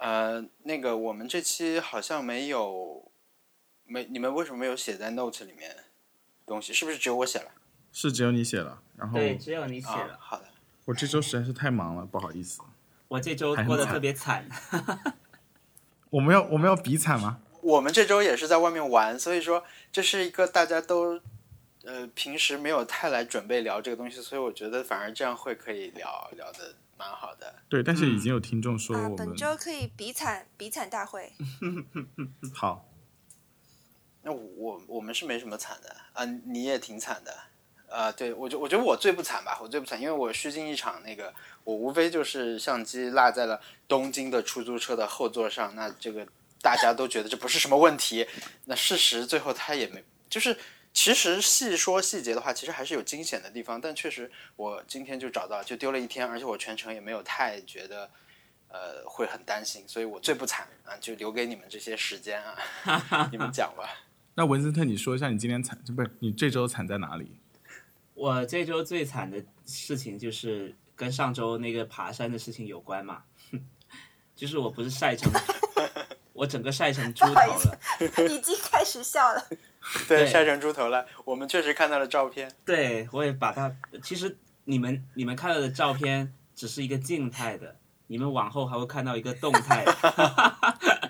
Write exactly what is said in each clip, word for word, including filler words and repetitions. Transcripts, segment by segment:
呃，那个我们这期好像没有，没你们为什么没有写在 note 里面东西？是不是只有我写了？ 是只有你写了，然后对，只有你写了。 啊、好的， 我这周实在是太忙了，不好意思。 我这周过得特别惨。 我们要我们要比惨吗？ 我们这周也是在外面玩，所以说这是一个大家都呃平时没有太来准备聊这个东西，所以我觉得反而这样会可以聊聊的蛮好的。 对，但是已经有听众说我们、 啊、本周可以比惨比惨大会。 好， 那我我们是没什么惨的啊，你也挺惨的。呃，对，我觉我觉得我最不惨吧，我最不惨，因为我虚惊一场，那个我无非就是相机落在了东京的出租车的后座上，那这个大家都觉得这不是什么问题，那事实最后他也没，就是其实细说细节的话，其实还是有惊险的地方，但确实我今天就找到，就丢了一天，而且我全程也没有太觉得呃会很担心，所以我最不惨啊，就留给你们这些时间啊，你们讲吧。 那文森特，你说一下你今天惨，不是你这周惨在哪里？ 我这周最惨的事情就是跟上周那个爬山的事情有关嘛，就是我不是晒成，我整个晒成猪头了， 已经开始笑了。 对，晒成猪头了。我们确实看到了照片。 对，我也把它。其实你们你们看到的照片只是一个静态的，你们往后还会看到一个动态的。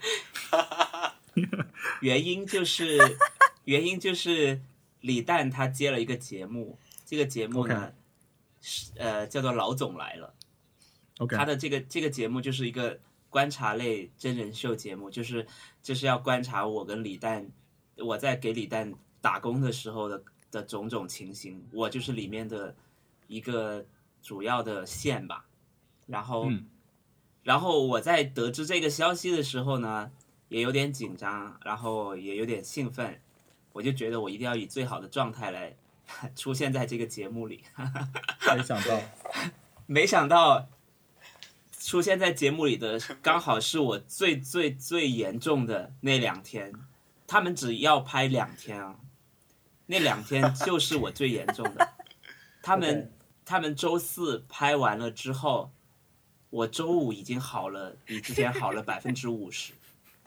原因就是原因就是李诞他接了一个节目。这个节目呢， okay. 呃，叫做老总来了。 Okay. 他的这个这个节目就是一个观察类真人秀节目，就是就是要观察我跟李诞，我在给李诞打工的时候的的种种情形，我就是里面的一个主要的线吧。然后， 嗯、 然后我在得知这个消息的时候呢，也有点紧张，然后也有点兴奋，我就觉得我一定要以最好的状态来出现在这个节目里。 没想到没想到出现在节目里的刚好是我最最最严重的那两天。他们只要拍两天啊，那两天就是我最严重的。他们、okay. 他们周四拍完了之后，我周五已经好了，比之前好了百分之五十。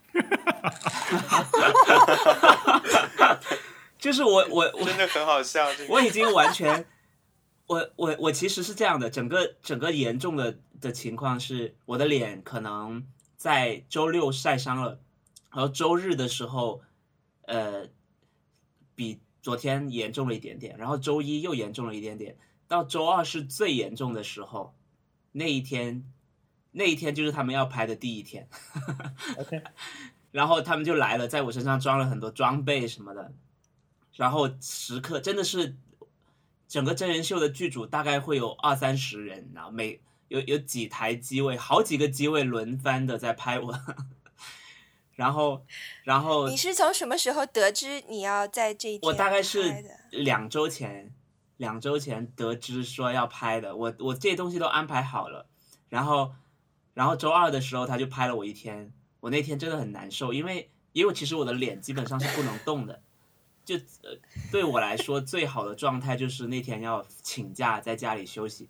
就是我我我真的很好笑，这个、 我已经完全，我我我其实是这样的，整个整个严重的的情况是，我的脸可能在周六晒伤了，然后周日的时候，呃，比昨天严重了一点点，然后周一又严重了一点点，到周二是最严重的时候，那一天，那一天就是他们要拍的第一天。 OK， 然后他们就来了，在我身上装了很多装备什么的。然后时刻真的是整个真人秀的剧组大概会有二三十人，然后每有有几台机位，好几个机位轮番的在拍我。然后然后你是从什么时候得知你要在这一天？ 我大概是两周前两周前得知说要拍的，我我这些东西都安排好了。然后然后周二的时候他就拍了我一天，我那天真的很难受，因为因为其实我的脸基本上是不能动的。就呃，对我来说最好的状态就是那天要请假在家里休息，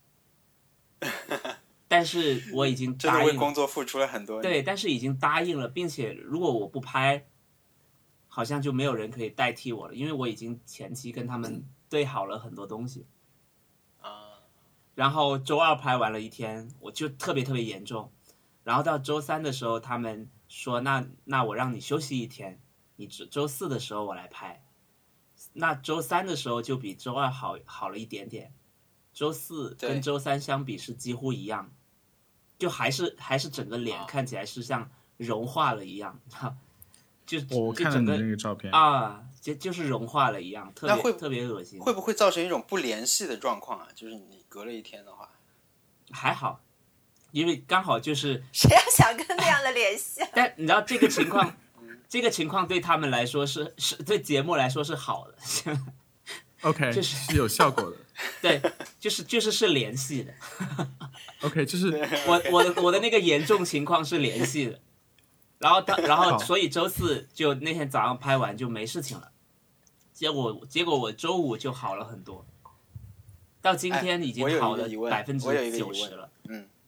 但是我已经答应了， 真的为工作付出了很多。 对，但是已经答应了，并且如果我不拍，好像就没有人可以代替我了，因为我已经前期跟他们对好了很多东西。 啊， 然后周二拍完了一天，我就特别特别严重，然后到周三的时候，他们说那那我让你休息一天。你周四的时候我来拍，那周三的时候就比周二好好了一点点，周四跟周三相比是几乎一样，就还是还是整个脸看起来是像融化了一样，就我看了你那个照片啊，就就是融化了一样，特别特别恶心。 会不会造成一种不联系的状况啊？就是你隔了一天的话， 还好，因为刚好就是谁要想跟那样的联系、啊？ 但你知道这个情况。这个情况对他们来说是是对节目来说是好的。 OK， 就是是有效果的。 对，就是就是是联系的。 OK， 就是我我的我的那个严重情况是联系的，然后他然后所以周四就那天早上拍完就没事情了，结果结果我周五就好了很多，到今天已经好了百分之九十了。 嗯，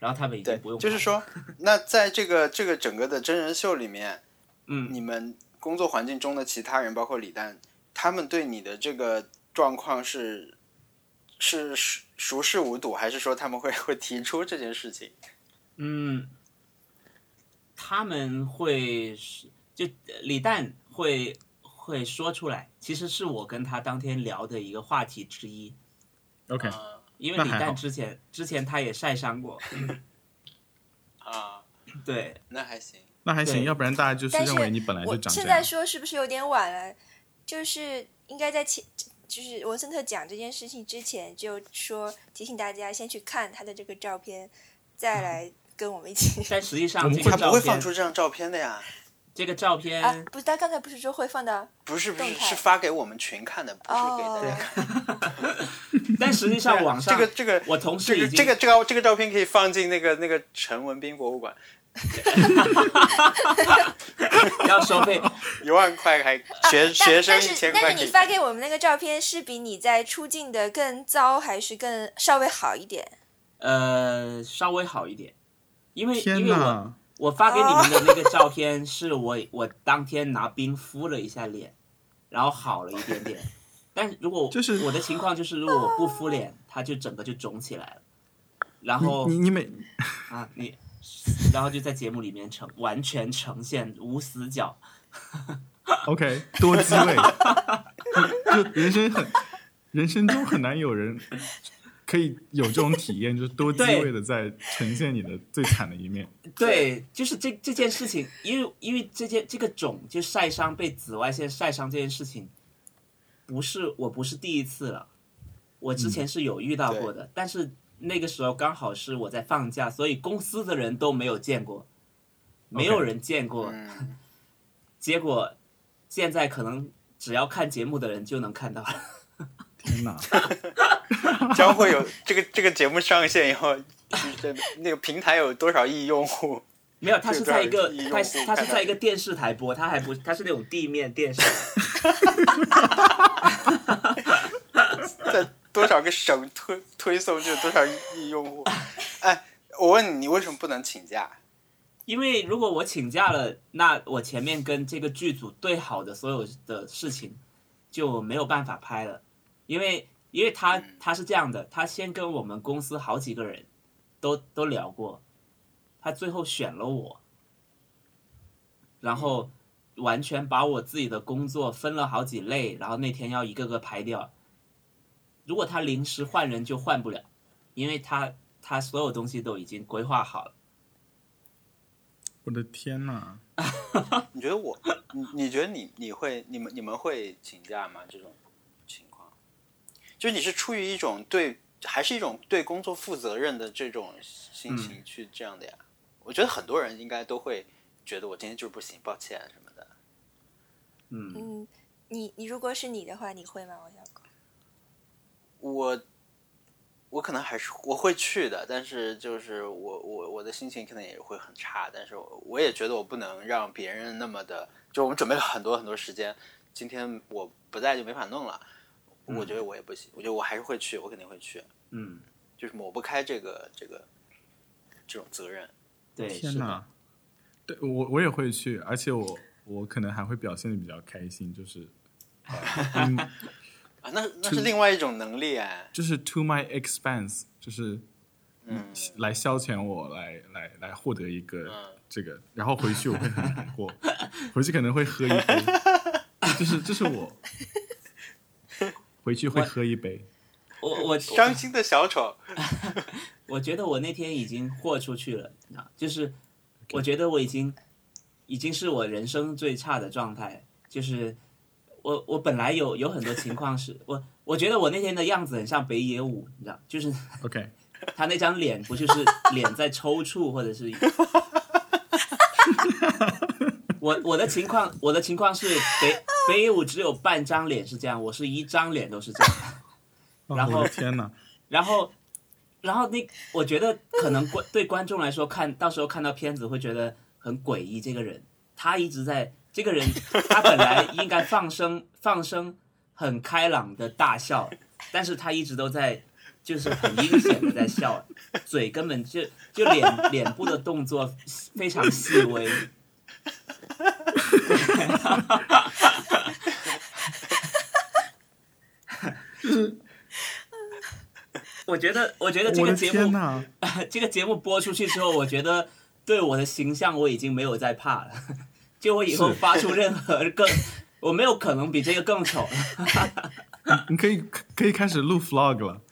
然后他们已经不用拍了。 就是说，那在这个这个整个的真人秀里面， 嗯， 你们工作环境中的其他人，包括李诞，他们对你的这个状况是是熟视无睹，还是说他们会会提出这件事情？ 嗯，他们会就李诞会会说出来，其实是我跟他当天聊的一个话题之一。 OK，、 呃、 因为李诞之前之前他也晒伤过。 啊， 对， 那还行， 那还行，要不然大家就是认为你本来就长这样。 我现在说是不是有点晚了？就是应该在前，就是文森特讲这件事情之前，就说提醒大家先去看他的这个照片，再来跟我们一起。 但实际上这他个照片不会放出这张照片的呀。 这个照片、 啊、不是，他刚才不是说会放到不是不是是发给我们群看的，不是给大家看。 哦、 但实际上网上这个这个我同事已经这个这个这个照片可以放进那个那个陈文彬博物馆。 要收费一万块还学、啊、学生一千块。 但是你发给我们那个照片是比你在出镜的更糟，还是更稍微好一点？ 呃，稍微好一点，因为天哪因为我我发给你们的那个照片是我我当天拿冰敷了一下脸，然后好了一点点。但如果就是我的情况就是，如果我不敷脸，它就整个就肿起来了。然后你你你每啊你。然后就在节目里面呈完全呈现无死角。 OK， 多机位，就人生很人生中很难有人可以有这种体验，就是多机位的在呈现你的最惨的一面。 对，就是这这件事情，因为因为这件这个肿就晒伤被紫外线晒伤这件事情，不是我不是第一次了，我之前是有遇到过的，嗯、但是。那个时候刚好是我在放假，所以公司的人都没有见过，没有人见过。Okay. 结果现在可能只要看节目的人就能看到了。 天哪！ 将会有这个这个节目上线以后，那个平台有多少亿用户？ 没有，它是在一个它是它是在一个电视台播，它还不它是那种地面电视台。 在多少个省推推送就有多少亿用户？哎，我问你，你为什么不能请假？ 因为如果我请假了，那我前面跟这个剧组对好的所有的事情就没有办法拍了，因为因为他他是这样的，他先跟我们公司好几个人都都聊过，他最后选了我，然后完全把我自己的工作分了好几类，然后那天要一个个拍掉。如果他临时换人就换不了，因为他他所有东西都已经规划好了。 我的天哪！ 你觉得我，你你觉得你你会你们你们会请假吗？这种情况，就是你是出于一种对，还是一种对工作负责任的这种心情去这样的呀？嗯、我觉得很多人应该都会觉得我今天就是不行，抱歉什么的。 嗯嗯，你你如果是你的话，你会吗，王小狗？ 我我可能还是我会去的，但是就是我我我的心情可能也会很差，但是我我也觉得我不能让别人那么的，就我们准备了很多很多时间，今天我不在就没法弄了，嗯、我觉得我也不行，我觉得我还是会去，我肯定会去， 嗯， 就是抹不开这个这个这种责任。 对， 天哪，对我我也会去，而且我我可能还会表现得比较开心，就是。呃嗯啊，那那是另外一种能力哎， 就是 to my expense， 就是嗯， 来消遣我，来来来获得一个这个，然后回去我会很难过，回去可能会喝一杯，就是这是我回去会喝一杯。 我我伤心的小丑， 我觉得我那天已经豁出去了，就是我觉得我已经已经是我人生最差的状态，就是。我我本来有有很多情况是我我觉得我那天的样子很像北野武，你知道，就是 OK， 他那张脸不就是脸在抽搐，或者是我我的情况我的情况是北北野武只有半张脸是这样，我是一张脸都是这样，然后、 哦、天哪， 然后然后那我觉得可能对观众来说看到时候看到片子会觉得很诡异，这个人他一直在。这个人他本来应该放声放声很开朗的大笑，但是他一直都在就就是很阴险的在笑，嘴根本就就脸脸部的动作非常细微。 就是我觉得，我觉得这个节目，这个节目播出去之后，我觉得对我的形象我已经没有在怕了。就我以后发出任何更，我没有可能比这个更丑了。你可以可以开始录 vlog 了。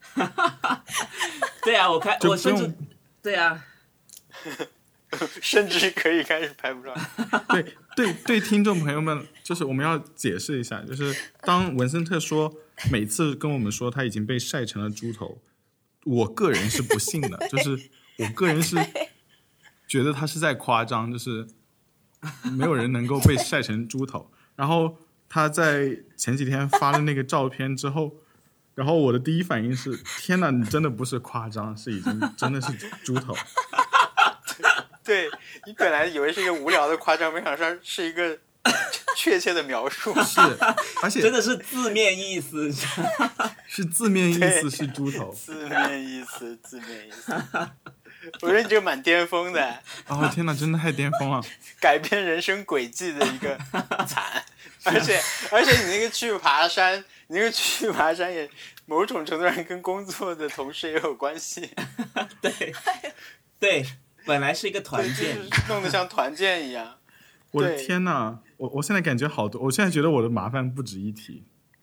对啊，我开我甚至对啊， 甚至可以开始拍不上。 对对对，听众朋友们，就是我们要解释一下，就是当文森特说每次跟我们说他已经被晒成了猪头，我个人是不信的，就是我个人是觉得他是在夸张，就是没有人能够被晒成猪头。然后他在前几天发了那个照片之后，然后我的第一反应是：天哪，你真的不是夸张，是已经真的是猪头。 对，你本来以为是一个无聊的夸张，没想到是一个确切的描述。 是，而且真的是字面意思。 是字面意思是猪头。 字面意思，字面意思。我觉得你这个蛮巅峰的。 哦天哪，真的太巅峰了！ 改变人生轨迹的一个惨，而且而且你那个去爬山，你那个去爬山也某种程度上跟工作的同事也有关系。 对对，本来是一个团建， 就是弄得像团建一样。 我的天哪，我我现在感觉好多，我现在觉得我的麻烦不止一提。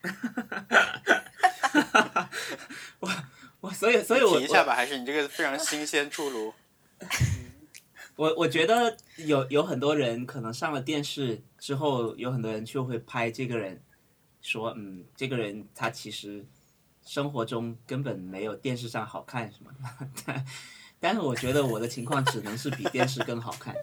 我我所以所以我提一下吧，还是你这个非常新鲜出炉。 我我觉得有有很多人可能上了电视之后，有很多人就会拍这个人，说嗯，这个人他其实生活中根本没有电视上好看什么的。但但是我觉得我的情况只能是比电视更好看。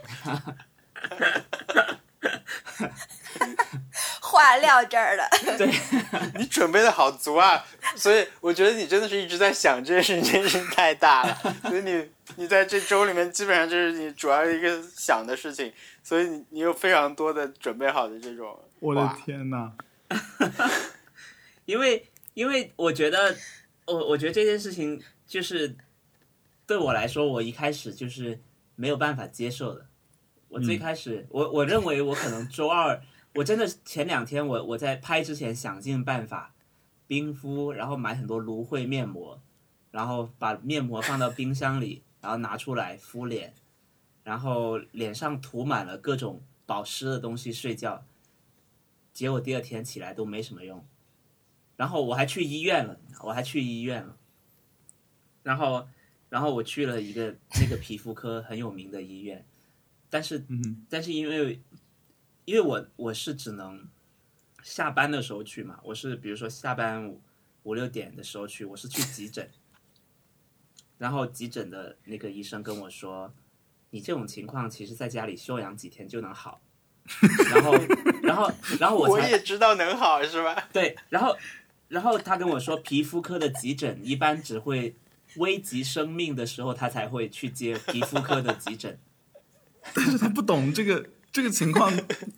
话撂这儿了。 对， 你准备的好足啊！所以我觉得你真的是一直在想这件事情，这件事情太大了，所以你你在这周里面基本上就是你主要一个想的事情，所以你你有非常多的准备好的这种。 我的天哪！ 因为因为我觉得我我觉得这件事情就是对我来说，我一开始就是没有办法接受的。我最开始，嗯、我我认为我可能周二，我真的前两天我我在拍之前想尽办法冰敷，然后买很多芦荟面膜，然后把面膜放到冰箱里，然后拿出来敷脸，然后脸上涂满了各种保湿的东西睡觉，结果第二天起来都没什么用，然后我还去医院了，我还去医院了，然后然后我去了一个那个皮肤科很有名的医院。但是， 嗯、 但是因为，因为我我是只能下班的时候去嘛，我是比如说下班五五六点的时候去，我是去急诊，然后急诊的那个医生跟我说，你这种情况其实在家里休养几天就能好，然后，然后，然后我才我也知道能好是吧？ 对，然后，然后他跟我说，皮肤科的急诊一般只会危及生命的时候，他才会去接皮肤科的急诊。 但是他不懂这个这个情况，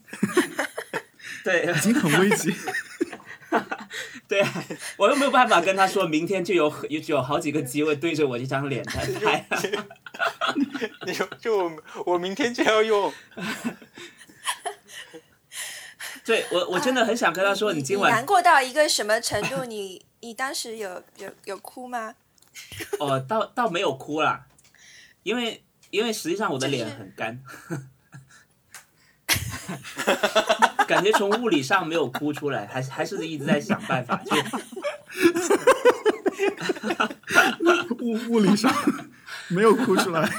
对， 已经很危急。 对啊，我又没有办法跟他说明天就有有有好几个机会对着我这张脸在拍。 你说就我我明天就要用。 对我我真的很想跟他说， 啊、你今晚你难过到一个什么程度？你你当时有有有哭吗？ 哦，倒倒没有哭啦，因为。因为实际上我的脸很干，感觉从物理上没有哭出来，还还是一直在想办法。就物物理上没有哭出来。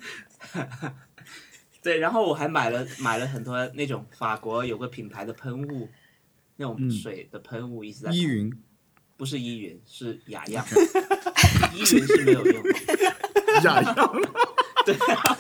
对，然后我还买了买了很多那种法国有个品牌的喷雾，那种水的喷雾一直在。 依云， 不是依云，是雅漾。依云是没有用的。 雅漾。 对，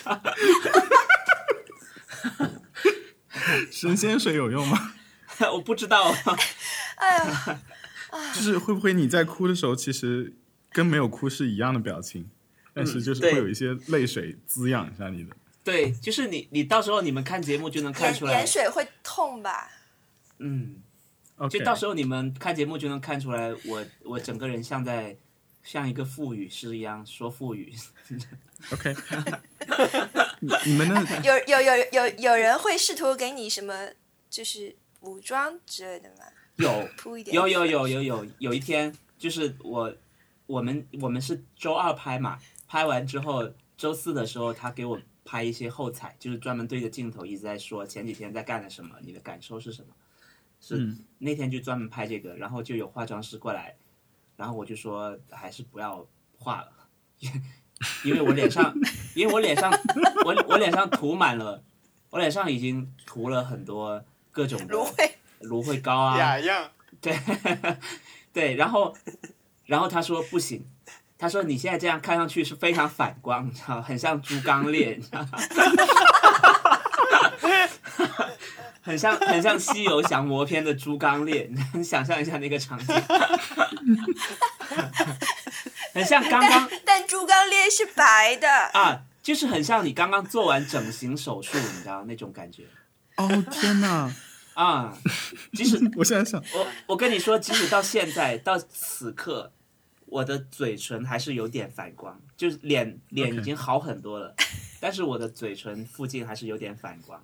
神仙水有用吗？ 我不知道。 哎呀， 就是会不会你在哭的时候，其实跟没有哭是一样的表情，但是就是会有一些泪水滋养一下你的。 对，就是你，你到时候你们看节目就能看出来， 眼水会痛吧？ 嗯， okay. 就到时候你们看节目就能看出来我，我我整个人像在像一个腹语师一样说腹语。 OK， 你你们呢？ 有有有有有人会试图给你什么就是武装之类的吗？ 有铺一点有有有有有有一天就是我我们我们是周二拍嘛，拍完之后周四的时候他给我拍一些后采，就是专门对着镜头一直在说前几天在干了什么，你的感受是什么。是、 嗯、 那天就专门拍这个，然后就有化妆师过来，然后我就说还是不要画了，因为我脸上因为我脸上我我脸上涂满了，我脸上已经涂了很多各种的芦荟芦荟膏啊， 雅样， 对对，然后然后他说不行，他说你现在这样看上去是非常反光，你知道，很像猪刚鬣，你知道很像很像西游降魔篇的猪刚鬣，你想象一下那个场景，很像刚刚但但猪刚鬣是白的啊，就是很像你刚刚做完整形手术，你知道那种感觉。 哦天哪！ 啊，即使我现在想， 我我跟你说，即使到现在到此刻，我的嘴唇还是有点反光，就是脸脸已经好很多了， okay. 但是我的嘴唇附近还是有点反光。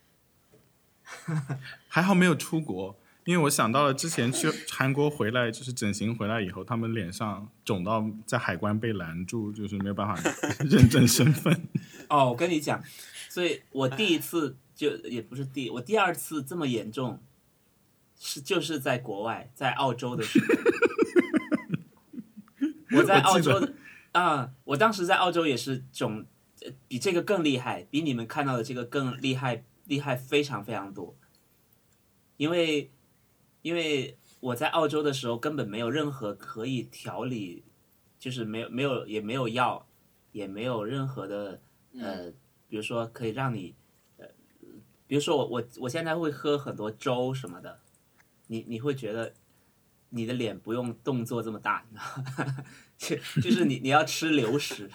还好没有出国，因为我想到了之前去韩国回来，就是整形回来以后，他们脸上肿到在海关被拦住，就是没有办法认证身份。 哦，我跟你讲，所以我第一次就也不是第我第二次这么严重，是就是在国外，在澳洲的时候。我在澳洲啊，我当时在澳洲也是肿，比这个更厉害，比你们看到的这个更厉害。厉害非常非常多，因为因为我在澳洲的时候根本没有任何可以调理，就是没有没有也没有药，也没有任何的呃，比如说可以让你呃，比如说我我我现在会喝很多粥什么的，你你会觉得你的脸不用动作这么大，你知道吗？就就是你你要吃流食。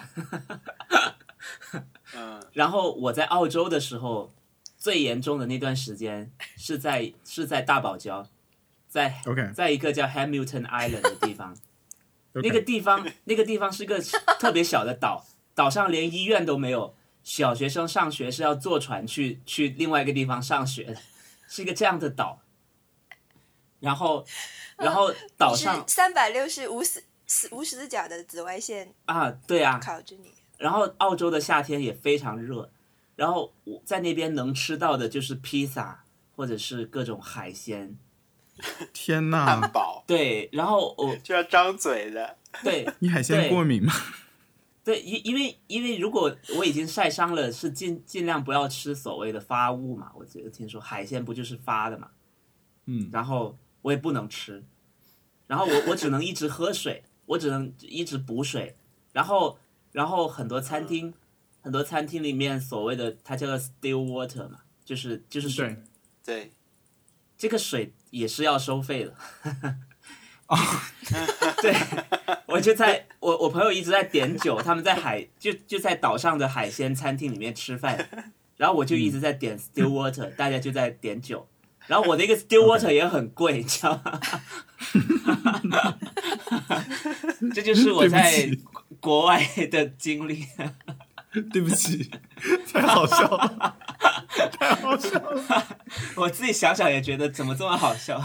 然后我在澳洲的时候。最严重的那段时间是在是在大堡礁，在、 okay. 在一个叫 Hamilton Island 的地方， okay. 那个地方那个地方是个特别小的岛，岛上连医院都没有，小学生上学是要坐船去去另外一个地方上学的，是一个这样的岛。然后然后岛上三百六十无死无死角的紫外线啊，对啊， 烤着你。 然后澳洲的夏天也非常热。然后我在那边能吃到的就是披萨或者是各种海鲜。 天哪！ 汉堡。 对，然后我就要张嘴的。 对， 你海鲜过敏吗？ 对，因因为因为如果我已经晒伤了，是尽尽量不要吃所谓的发物嘛。我觉得听说海鲜不就是发的嘛， 嗯， 然后我也不能吃，然后我我只能一直喝水，我只能一直补水，然后然后很多餐厅。很多餐厅里面所谓的它叫做 still water 嘛，就是就是水， 对， 这个水也是要收费的。哦，对，我就在我我朋友一直在点酒，他们在海就就在岛上的海鲜餐厅里面吃饭，然后我就一直在点 still water，、嗯、大家就在点酒，然后我那个 still water 也很贵，你知道吗？这就是我在国外的经历。 对不起，太好笑了，太好笑了。 我自己想想也觉得怎么这么好笑。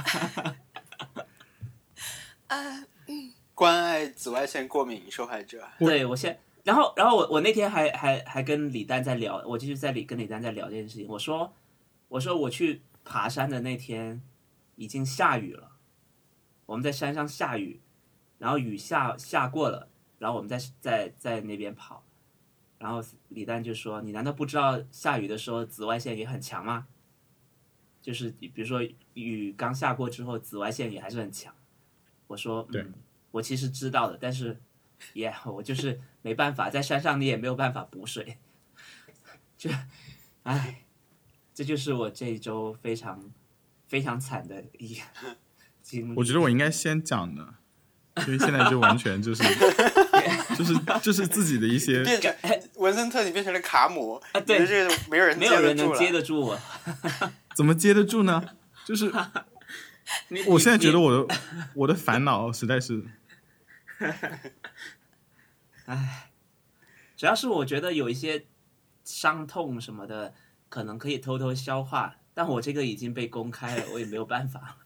啊，嗯， 关爱紫外线过敏受害者。 对，我现然后然后我我那天还还还跟李丹在聊，我就是在里跟李丹在聊这件事情。我说我说我去爬山的那天已经下雨了，我们在山上下雨，然后雨下下过了，然后我们在在在那边跑。然后李丹就说：“你难道不知道下雨的时候紫外线也很强吗？就是比如说雨刚下过之后，紫外线也还是很强。”我说：“嗯，我其实知道的，但是也、yeah, 我就是没办法，在山上你也没有办法补水，就唉，这就是我这一周非常非常惨的一经历。” 我觉得我应该先讲的。因为现在就完全就是就是就是自己的一些变成文森特，你变成了卡姆啊！对， 这个没有人没有人能接得住我， 怎么接得住呢？就是我现在觉得我的我的烦恼实在是唉，主要是我觉得有一些伤痛什么的，可能可以偷偷消化，但我这个已经被公开了，我也没有办法。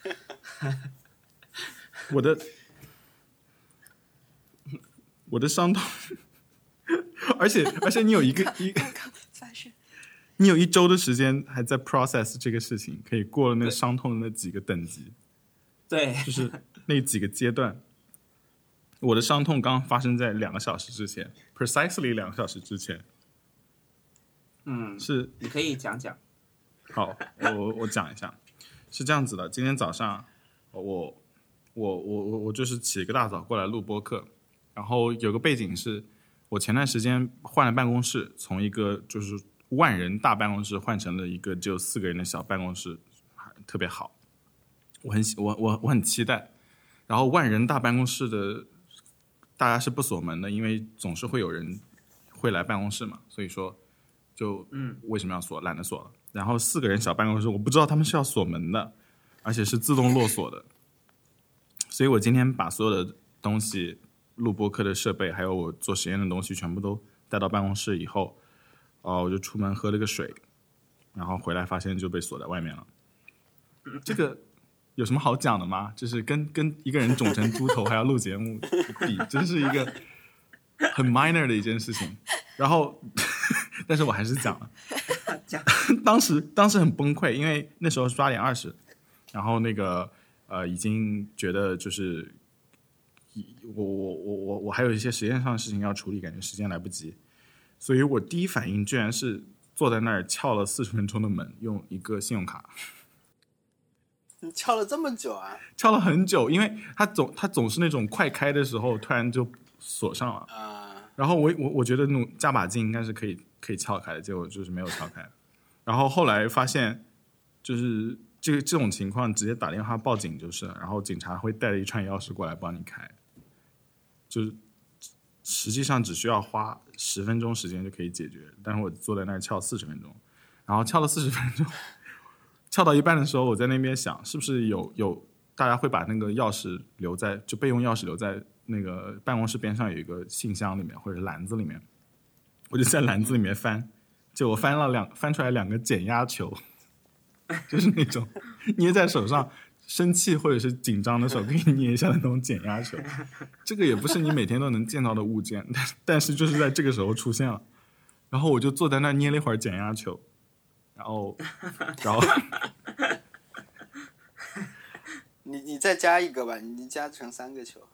我的我的伤痛，而且而且你有一个一发生， 你有一周的时间还在 process 这个事情，可以过了那个伤痛的那几个等级， 对， 就是那几个阶段。我的伤痛刚发生在两个小时之前 ，precisely 两个小时之前。 嗯， 是， 你可以讲讲。 好，我我讲一下，是这样子的。今天早上，我我我我我就是起一个大早过来录播客，然后有个背景是，我前段时间换了办公室，从一个就是万人大办公室换成了一个只有四个人的小办公室，特别好，我很我我我很期待。然后万人大办公室的大家是不锁门的，因为总是会有人会来办公室嘛，所以说就嗯为什么要锁？懒得锁了。然后四个人小办公室，我不知道他们是要锁门的，而且是自动落锁的。所以我今天把所有的东西，录播课的设备，还有我做实验的东西，全部都带到办公室以后，哦，我就出门喝了个水，然后回来发现就被锁在外面了。这个有什么好讲的吗？就是跟跟一个人肿成猪头还要录节目比，真是一个很 minor 的一件事情。然后，但是我还是讲了。当时当时很崩溃，因为那时候是八点二十，然后那个呃已经觉得就是我我我我我还有一些实验上的事情要处理，感觉时间来不及，所以我第一反应居然是坐在那儿撬了四十分钟的门，用一个信用卡。 你撬了这么久啊？ 撬了很久，因为它总它总是那种快开的时候突然就锁上了啊。 然后我我我觉得努加把劲应该是可以可以撬开的，结果就是没有撬开。然后后来发现，就是这个这种情况直接打电话报警就是了，然后警察会带着一串钥匙过来帮你开，就是实际上只需要花十分钟时间就可以解决。但是我坐在那儿撬四十分钟，然后撬了四十分钟。撬到一半的时候，我在那边想，是不是有有大家会把那个钥匙留在，就备用钥匙留在那个办公室边上有一个信箱里面或者篮子里面，我就在篮子里面翻，就我翻了两翻出来两个减压球，就是那种捏在手上，生气或者是紧张的时候可以捏一下的那种减压球。这个也不是你每天都能见到的物件，但但是就是在这个时候出现了，然后我就坐在那捏了一会儿减压球。然后，然后， 你你再加一个吧，你加成三个球。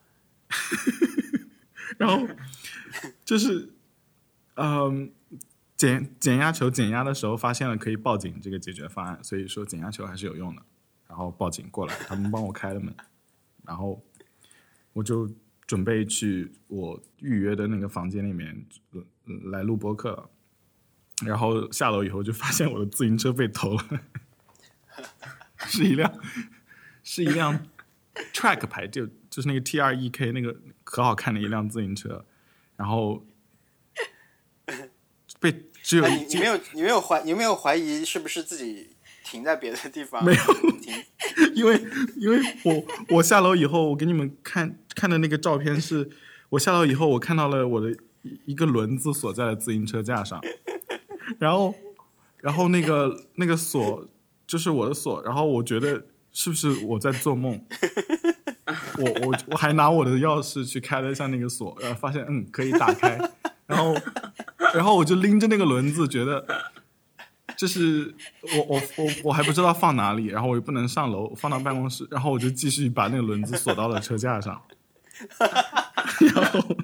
然后就是，嗯，减减压球减压的时候发现了可以报警这个解决方案，所以说减压球还是有用的。然后报警过来，他们帮我开了门，然后我就准备去我预约的那个房间里面来录播客了。然后下楼以后就发现我的自行车被偷了，是一辆是一辆 track 牌，就就是那个 T R E K 那个可好看的一辆自行车，然后被只有、 啊、你, 你没有你没有怀你没有怀疑是不是自己停在别的地方？ 没有，因为因为我我下楼以后，我给你们看看的那个照片是，我下楼以后我看到了我的一个轮子锁在了自行车架上。然后，然后那个那个锁就是我的锁，然后我觉得是不是我在做梦？我我我还拿我的钥匙去开了一下那个锁，然后发现嗯可以打开，然后然后我就拎着那个轮子，觉得就是我我我我还不知道放哪里，然后我又不能上楼，放到办公室，然后我就继续把那个轮子锁到了车架上，然后。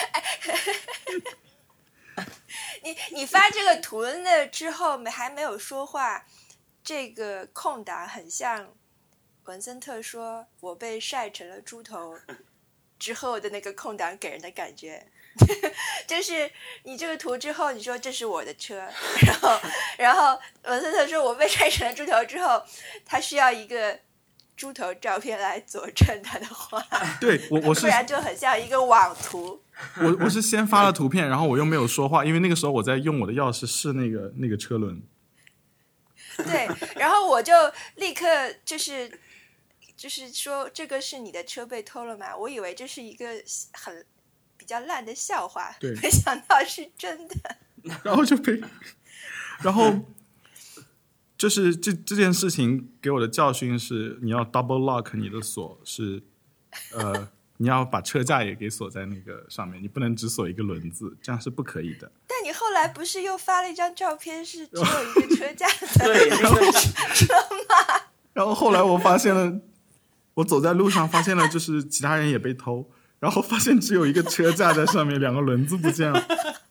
你你发这个图呢之后没还没有说话，这个空档很像文森特说我被晒成了猪头之后的那个空档给人的感觉。就是你这个图之后你说这是我的车，然后然后文森特说我被晒成了猪头之后，他需要一个猪头照片来佐证他的话。 对，我我是不然就很像一个网图。 我我是先发了图片，然后我又没有说话，因为那个时候我在用我的钥匙试那个那个车轮。 对，然后我就立刻就是就是说这个是你的车被偷了吗？我以为这是一个很比较烂的笑话， 对没想到是真的。 然后就被，然后就是这这件事情给我的教训是，你要 double lock 你的锁是，呃，你要把车架也给锁在那个上面，你不能只锁一个轮子，这样是不可以的。 但你后来不是又发了一张照片，是只有一个车架在对，那个车吗？ 然后后来我发现了，我走在路上发现了，就是其他人也被偷，然后发现只有一个车架在上面，两个轮子不见了。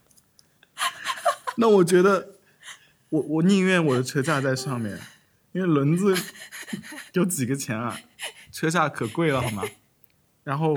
那我觉得，我我宁愿我的车架在上面，因为轮子有几个钱啊，车架可贵了好吗？然后，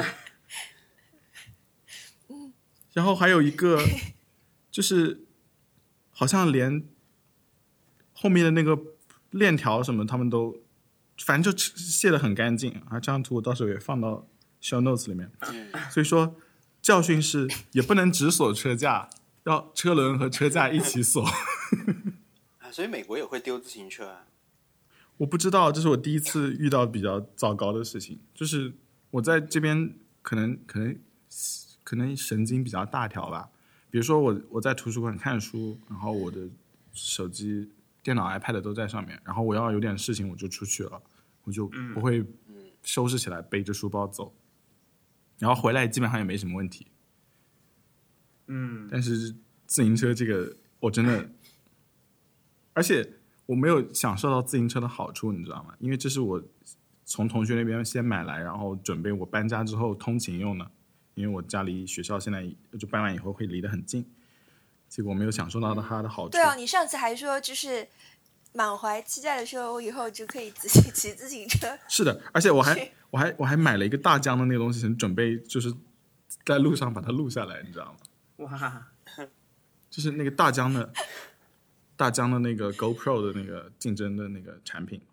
然后还有一个就是，好像连后面的那个链条什么他们都，反正就卸得很干净啊。这张图我到时候也放到 show notes 里面。所以说，教训是也不能只锁车架。要车轮和车架一起锁啊，所以美国也会丢自行车啊？ 我不知道，这是我第一次遇到比较糟糕的事情。就是我在这边可能可能可能神经比较大条吧。比如说我我在图书馆看书，然后我的手机、电脑、iPad 都在上面，然后我要有点事情我就出去了，我就不会收拾起来背着书包走，然后回来基本上也没什么问题。 嗯， 但是自行车这个我真的，而且我没有享受到自行车的好处，你知道吗？因为这是我从同学那边先买来，然后准备我搬家之后通勤用的。因为我家离学校现在就搬完以后会离得很近，结果我没有享受到它的好处。 对啊，你上次还说就是满怀期待的说，我以后就可以自己骑自行车。 是的，而且我还我还我还买了一个大疆的那个东西，准备就是在路上把它录下来，你知道吗？ 哇， 就是那个大疆的大疆的那个 GoPro 的那个竞争的那个产品，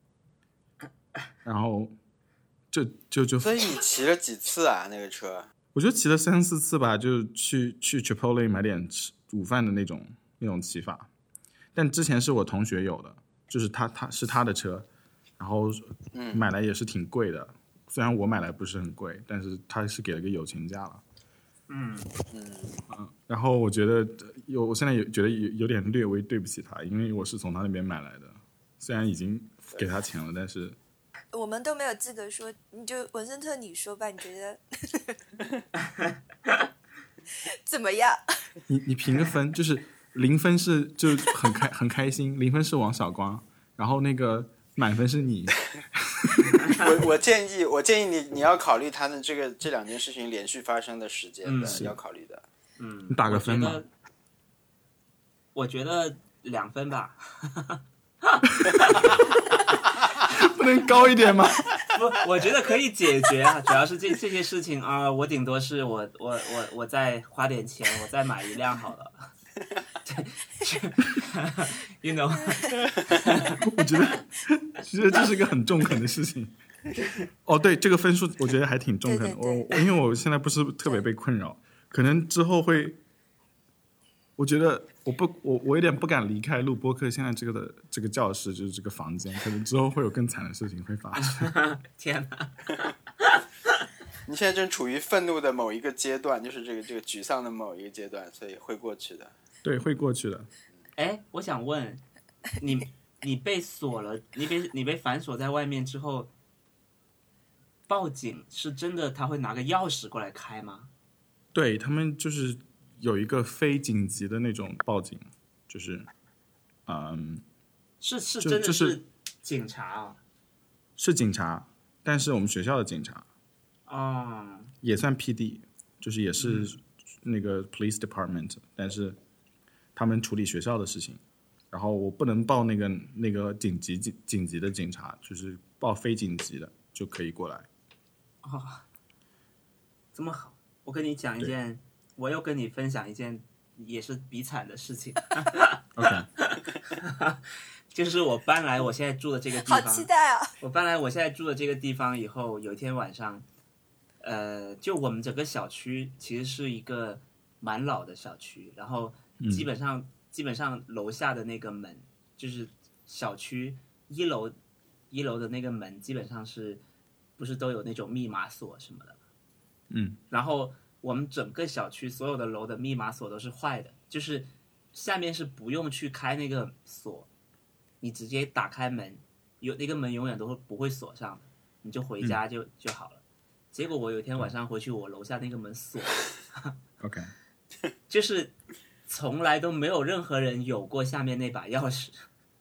然后就就就所以你骑了几次啊？那个车？ 我就骑了三四次吧，就去去 Chipotle 买点吃午饭的那种那种骑法。但之前是我同学有的，就是他他是他的车，然后买来也是挺贵的。虽然我买来不是很贵，但是他是给了个友情价了。 嗯嗯，然后我觉得有，我现在有觉得有有点略微对不起他，因为我是从他那边买来的，虽然已经给他钱了，但是我们都没有资格说，你就文森特你说吧，你觉得怎么样？ 你你评个分，就是零分是就很开很开心，零分是王小光，然后那个满分是你。 我我建议我建议你你要考虑他的这个这两件事情连续发生的时间的， 嗯要考虑的。 嗯， 你打个分吧。 我觉得两分吧。 不能高一点吗？ 不，我觉得可以解决啊，主要是这这些事情啊，我顶多是我我我我再花点钱，我再买一辆好了。You know， 我觉得其实这是个很中肯的事情。哦，对，这个分数我觉得还挺中肯的。 对对对我因为我现在不是特别被困扰，可能之后会，我觉得我不我我有点不敢离开录播课现在这个的这个教室，就是这个房间，可能之后会有更惨的事情会发生。 天哪！ 你现在正处于愤怒的某一个阶段，就是这个这个沮丧的某一个阶段，所以会过去的。 对，会过去的。 哎，我想问你，你被锁了，你被你被反锁在外面之后，报警是真的他会拿个钥匙过来开吗？ 对，他们就是有一个非紧急的那种报警，就是嗯， 是是就就是真的是警察啊？ 是警察，但是我们学校的警察哦， 也算 P D， 就是也是那个 police department， 但是他们处理学校的事情，然后我不能报那个那个紧急紧紧急的警察，就是报非紧急的就可以过来。 哦，这么好，我跟你讲一件，我又跟你分享一件也是比惨的事情。 OK， 就是我搬来我现在住的这个地好方， 期待啊！ 我搬来我现在住的这个地方以后，有一天晚上，呃，就我们整个小区其实是一个蛮老的小区，然后基本上、嗯、基本上楼下的那个门，就是小区一楼一楼的那个门基本上是不是都有那种密码锁什么的？ 嗯， 然后我们整个小区所有的楼的密码锁都是坏的，就是下面是不用去开那个锁，你直接打开门，有那个门永远都会不会锁上的，你就回家就、嗯、就好了。结果我有一天晚上回去，我楼下那个门锁了 ，OK， 就是从来都没有任何人有过下面那把钥匙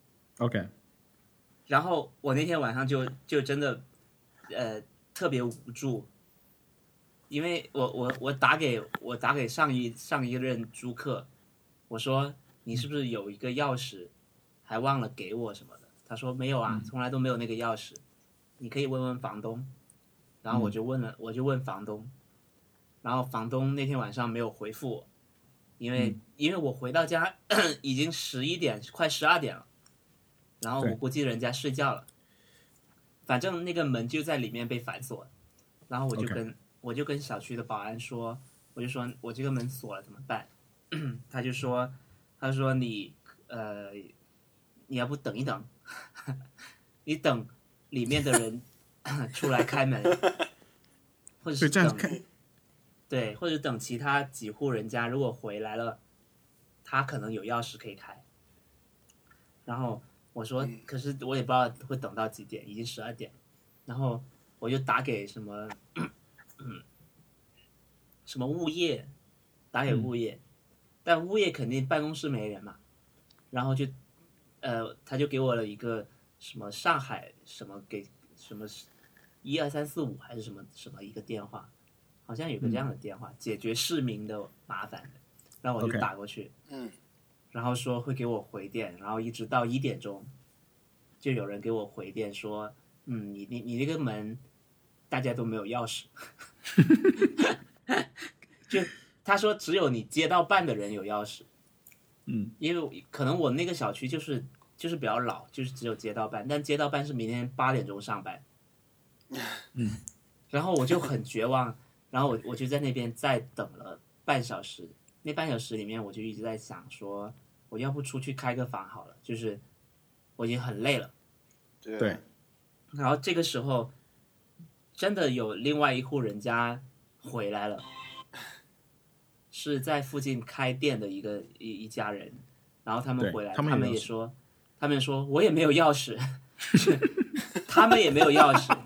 ，OK。 然后我那天晚上就就真的呃特别无助。因为我我我打给我打给上一上一任租客，我说你是不是有一个钥匙，还忘了给我什么的？他说没有啊，从来都没有那个钥匙，你可以问问房东。然后我就问了，我就问房东，然后房东那天晚上没有回复我，因为、嗯、因为我回到家已经十一点快十二点了，然后我估计人家睡觉了，反正那个门就在里面被反锁，然后我就跟。Okay.我就跟小区的保安说，我就说我这个门锁了怎么办？他就说，他说你呃，你要不等一等，你等里面的人出来开门，或者是等，对，或者等其他几户人家如果回来了，他可能有钥匙可以开。然后我说，可是我也不知道会等到几点，已经十二点，然后我就打给什么。嗯，什么物业，打给物业、嗯，但物业肯定办公室没人嘛，然后就，呃，他就给我了一个什么上海什么给什么一二三四五还是什么什么一个电话，好像有个这样的电话、嗯、解决市民的麻烦的，然后我就打过去， 嗯， 然后说会给我回电，然后一直到一点钟，就有人给我回电说，嗯，你你你那个门。大家都没有钥匙就他说只有你街道办的人有钥匙， 嗯， 因为可能我那个小区就是就是比较老，就是只有街道办，但街道办是明天八点钟上班， 嗯， 然后我就很绝望，然后我我就在那边再等了半小时，那半小时里面我就一直在想说，我要不出去开个房好了，就是我已经很累了， 对， 然后这个时候。真的有另外一户人家回来了，是在附近开店的一个一一家人，然后他们回来，他们, 他们也说，他们说我也没有钥匙，他们也没有钥匙。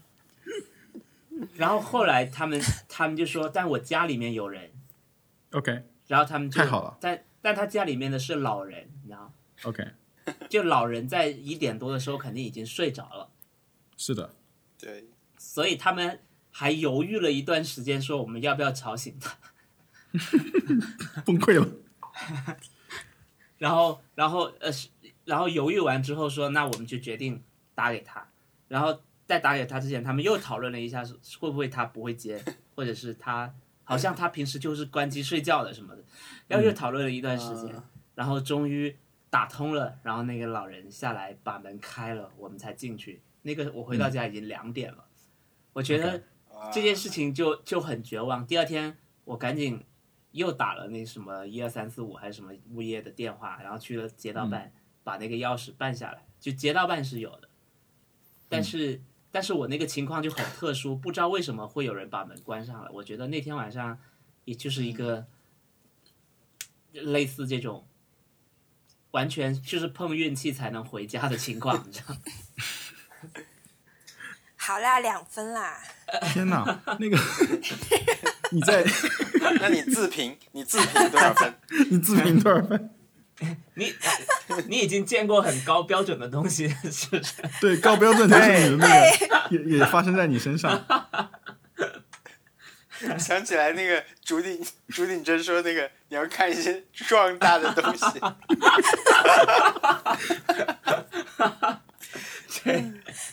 然后后来他们他们就说，但我家里面有人 ，OK， 然后他们就太好了， 但但他家里面的是老人，你知道 ，OK， 就老人在一点多的时候肯定已经睡着了， 是的， 对。 所以他们还犹豫了一段时间，说我们要不要吵醒他？ 崩溃了。 然后，然后呃，然后犹豫完之后说，那我们就决定打给他。然后在打给他之前，他们又讨论了一下，会不会他不会接，或者是他好像他平时就是关机睡觉的什么的。然后又讨论了一段时间，嗯、然后终于打通了，然后那个老人下来把门开了，我们才进去。那个我回到家已经两点了。嗯，我觉得这件事情就就很绝望。第二天我赶紧又打了那什么一二三四五还是什么物业的电话，然后去了街道办、嗯、把那个钥匙办下来。就街道办是有的，但是、嗯、但是我那个情况就很特殊，不知道为什么会有人把门关上了。我觉得那天晚上也就是一个类似这种完全就是碰运气才能回家的情况，你知道吗？ 好啦，两分啦！ 天哪，那个你在， 那你自评，你自评多少分？ 你自评多少分？ 你你已经见过很高标准的东西，是不是？ 对，高标准就是你的那个，也也发生在你身上。 想起来那个朱鼎朱鼎真说那个你要看一些壮大的东西。 对。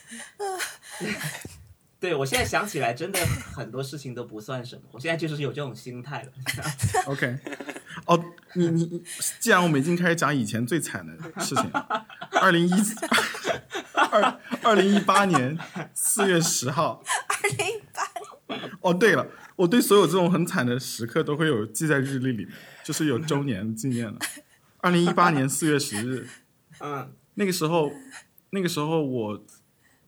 对，我现在想起来，真的很多事情都不算什么。我现在就是有这种心态了。 OK， 哦，你你，既然我们已经开始讲以前最惨的事情了，二零一二二零一八年四月十号， 二零一八年。 哦，对了，我对所有这种很惨的时刻都会有记在日历里面，就是有周年纪念了。二零一八年四月十日， 嗯， 那个时候，那个时候我。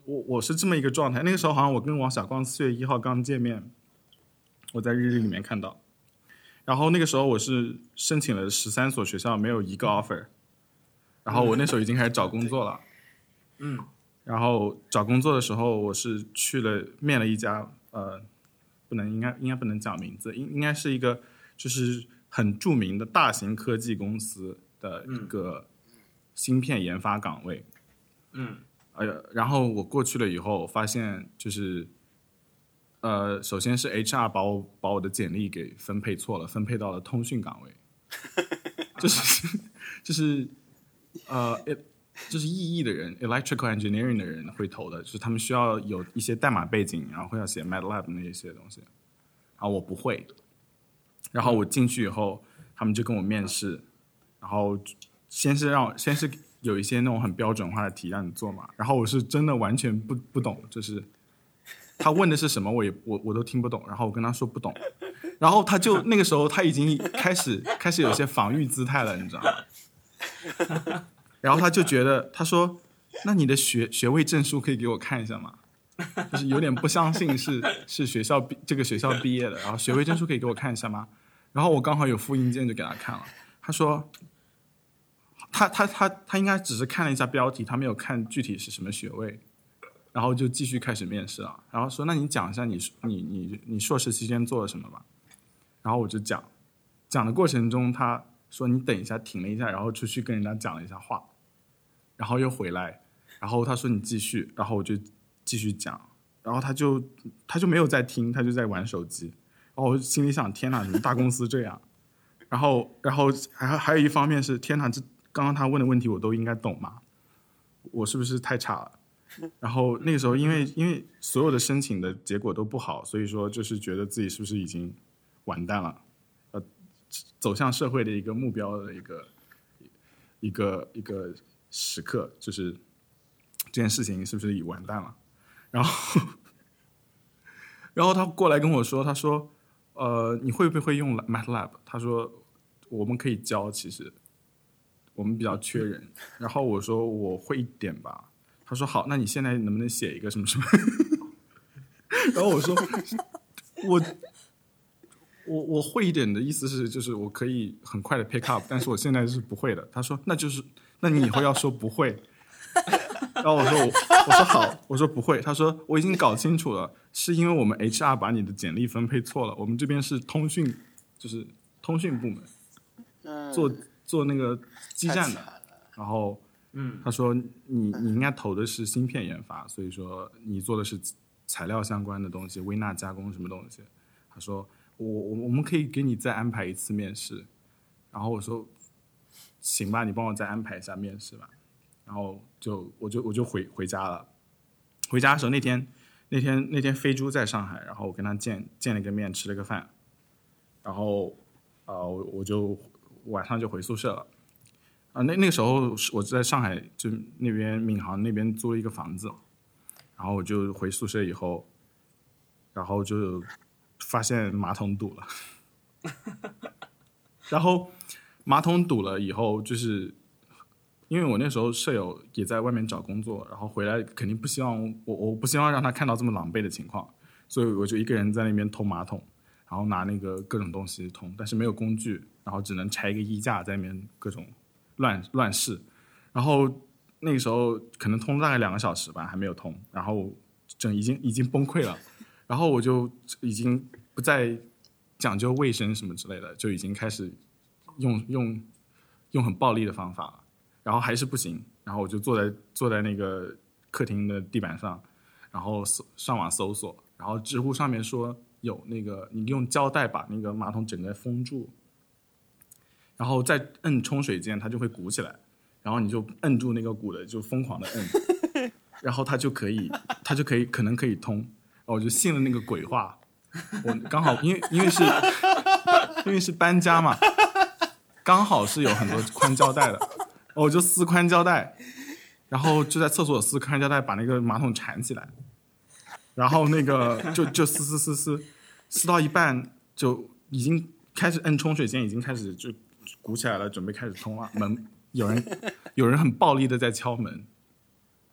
我我是这么一个状态。那个时候好像我跟王小光四月一号刚见面，我在日历里面看到。然后那个时候我是申请了十三所学校，没有一个 offer。然后我那时候已经开始找工作了。 嗯。 然后找工作的时候，我是去了面了一家呃，不能应该应该不能讲名字，应应该是一个就是很著名的大型科技公司的一个芯片研发岗位。 嗯。 呃，然后我过去了以后，发现就是，呃，首先是 H R 把我把我的简历给分配错了，分配到了通讯岗位，就是就是呃，就是意义的人 ，electrical engineering 的人会投的，就是他们需要有一些代码背景，然后会要写 MATLAB 那些东西，然后我不会，然后我进去以后，他们就跟我面试，然后先是让我先是。有一些那种很标准化的题让你做嘛，然后我是真的完全不不懂，就是他问的是什么我也我我都听不懂，然后我跟他说不懂，然后他就那个时候他已经开始开始有些防御姿态了，你知道吗？然后他就觉得他说那你的学学位证书可以给我看一下吗？就是有点不相信是是学校毕这个学校毕业的，然后学位证书可以给我看一下吗？然后我刚好有复印件就给他看了，他说。他他他他应该只是看了一下标题，他没有看具体是什么学位，然后就继续开始面试了。然后说：“那你讲一下你你你你硕士期间做了什么吧？”然后我就讲，讲的过程中他说：“你等一下。”停了一下，然后出去跟人家讲了一下话，然后又回来，然后他说：“你继续。”然后我就继续讲，然后他就他就没有在听，他就在玩手机。然后我心里想：天哪，怎么大公司这样？然后然后还还有一方面是：天哪，这。刚刚他问的问题我都应该懂吗？我是不是太差了？然后那个时候因为因为所有的申请的结果都不好，所以说就是觉得自己是不是已经完蛋了，呃，走向社会的一个目标的一个一个一个时刻，就是这件事情是不是已完蛋了？然后然后他过来跟我说，他说呃你会不会用 MATLAB？ 他说我们可以教，其实我们比较缺人。然后我说我会一点吧。他说好，那你现在能不能写一个什么什么？然后我说我我我会一点的意思是就是我可以很快的 pick up， 但是我现在是不会的。他说那就是那你以后要说不会。然后我说我我说好，我说不会。他说我已经搞清楚了，是因为我们 H R 把你的简历分配错了，我们这边是通讯，就是通讯部门，做做那个基站的。然后嗯， 他说你你应该投的是芯片研发，所以说你做的是材料相关的东西，微纳加工什么东西。他说我我我们可以给你再安排一次面试。然后我说行吧，你帮我再安排一下面试吧。然后就我就我就回回家了。回家的时候那天那天那天飞猪在上海，然后我跟他见见了个面，吃了个饭。然后呃我我就晚上就回宿舍了。啊，那那个时候我在上海，就那边闵行那边租了一个房子，然后我就回宿舍以后，然后就发现马桶堵了，然后马桶堵了以后，就是因为我那时候舍友也在外面找工作，然后回来肯定不希望我我不希望让他看到这么狼狈的情况，所以我就一个人在那边通马桶，然后拿那个各种东西通，但是没有工具，然后只能拆一个衣架在那边各种。乱乱试，然后那个时候可能通大概两个小时吧，还没有通，然后整已经已经崩溃了，然后我就已经不再讲究卫生什么之类的，就已经开始用用用很暴力的方法了，然后还是不行，然后我就坐在坐在那个客厅的地板上，然后上网搜索，然后知乎上面说有那个你用胶带把那个马桶整个封住。然后再摁冲水键，它就会鼓起来，然后你就摁住那个鼓的，就疯狂的摁，然后它就可以，它就可以，可能可以通。然后我就信了那个鬼话，我刚好因为因为是因为是搬家嘛，刚好是有很多宽胶带的，我就撕宽胶带，然后就在厕所撕宽胶带，把那个马桶缠起来，然后那个就就撕撕撕撕撕到一半，就已经开始摁冲水键，已经开始就。鼓起来了，准备开始通了。门有人有人很暴力的在敲门，然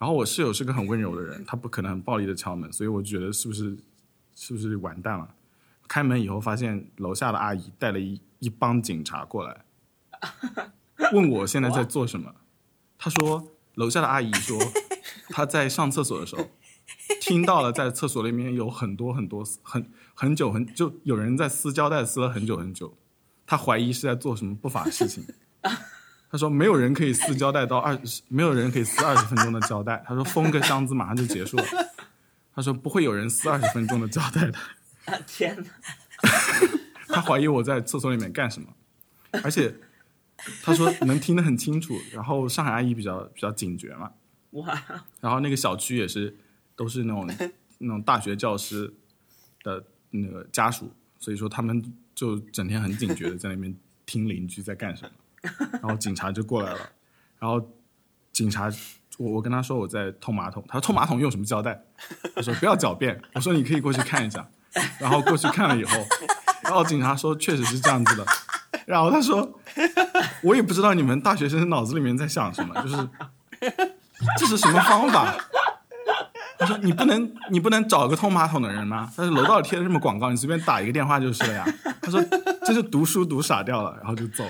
然后我室友是个很温柔的人，他不可能很暴力的敲门，所以我觉得是不是是不是完蛋了？开门以后发现楼下的阿姨带了一一帮警察过来，问我现在在做什么。他说楼下的阿姨说她在上厕所的时候听到了在厕所里面有很多很多很很久很就有人在撕胶带撕了很久很久，他怀疑是在做什么不法的事情。他说没有人可以撕胶带到二十，没有人可以撕二十分钟的胶带。他说封个箱子马上就结束了。他说不会有人撕二十分钟的胶带的。 啊天哪！ 他怀疑我在厕所里面干什么，而且他说能听得很清楚。然后上海阿姨比较比较警觉嘛， 哇！ 然后那个小区也是都是那种那种大学教师的那个家属，所以说他们就整天很警觉的在那边听邻居在干什么。然后警察就过来了，然后警察我我跟他说我在通马桶，他说通马桶用什么胶带？他说不要狡辩。我说你可以过去看一下。然后过去看了以后，然后警察说确实是这样子的。然后他说我也不知道你们大学生脑子里面在想什么，就是这是什么方法？他说你不能你不能找个通马桶的人吗？但是楼道贴的这么广告，你随便打一个电话就是了呀。他说这就读书读傻掉了，然后就走。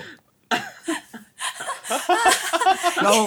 然后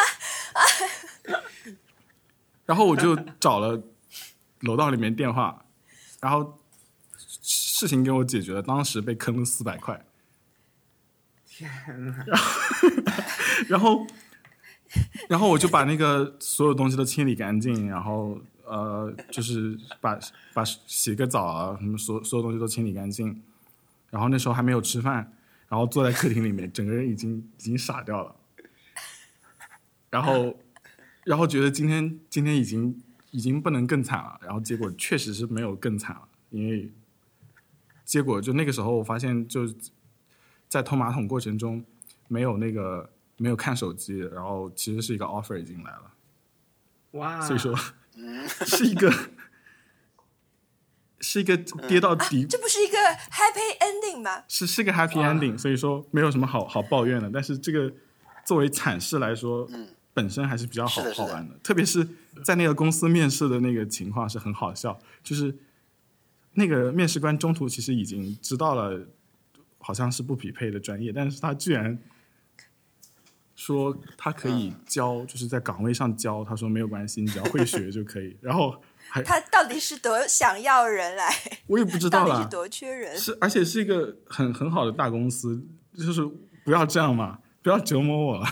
然后我就找了楼道里面电话，然后事情给我解决了，当时被坑了四百块。 天哪！ 然后然后我就把那个所有东西都清理干净，然后呃就是把把洗个澡啊什么所所有东西都清理干净，然后那时候还没有吃饭，然后坐在客厅里面，整个人已经已经傻掉了。然后然后觉得今天今天已经已经不能更惨了，然后结果确实是没有更惨了，因为结果就那个时候我发现就在通马桶过程中没有那个没有看手机，然后其实是一个 offer 已经来了。 哇！ 所以说是一个是一个跌到底、 啊，这不是一个 happy ending 吗？ 是是个 happy ending， 所以说没有什么好好抱怨的。但是这个作为惨事来说， 嗯， 本身还是比较好是的是的好玩的，特别是在那个公司面试的那个情况是很好笑，就是那个面试官中途其实已经知道了好像是不匹配的专业，但是他居然说他可以教，嗯、就是在岗位上教，他说没有关系，你只要会学就可以。然后还他到底是多想要人来？ 我也不知道啦， 到底是多缺人？ 是而且是一个很很好的大公司，就是不要这样嘛，不要折磨我了。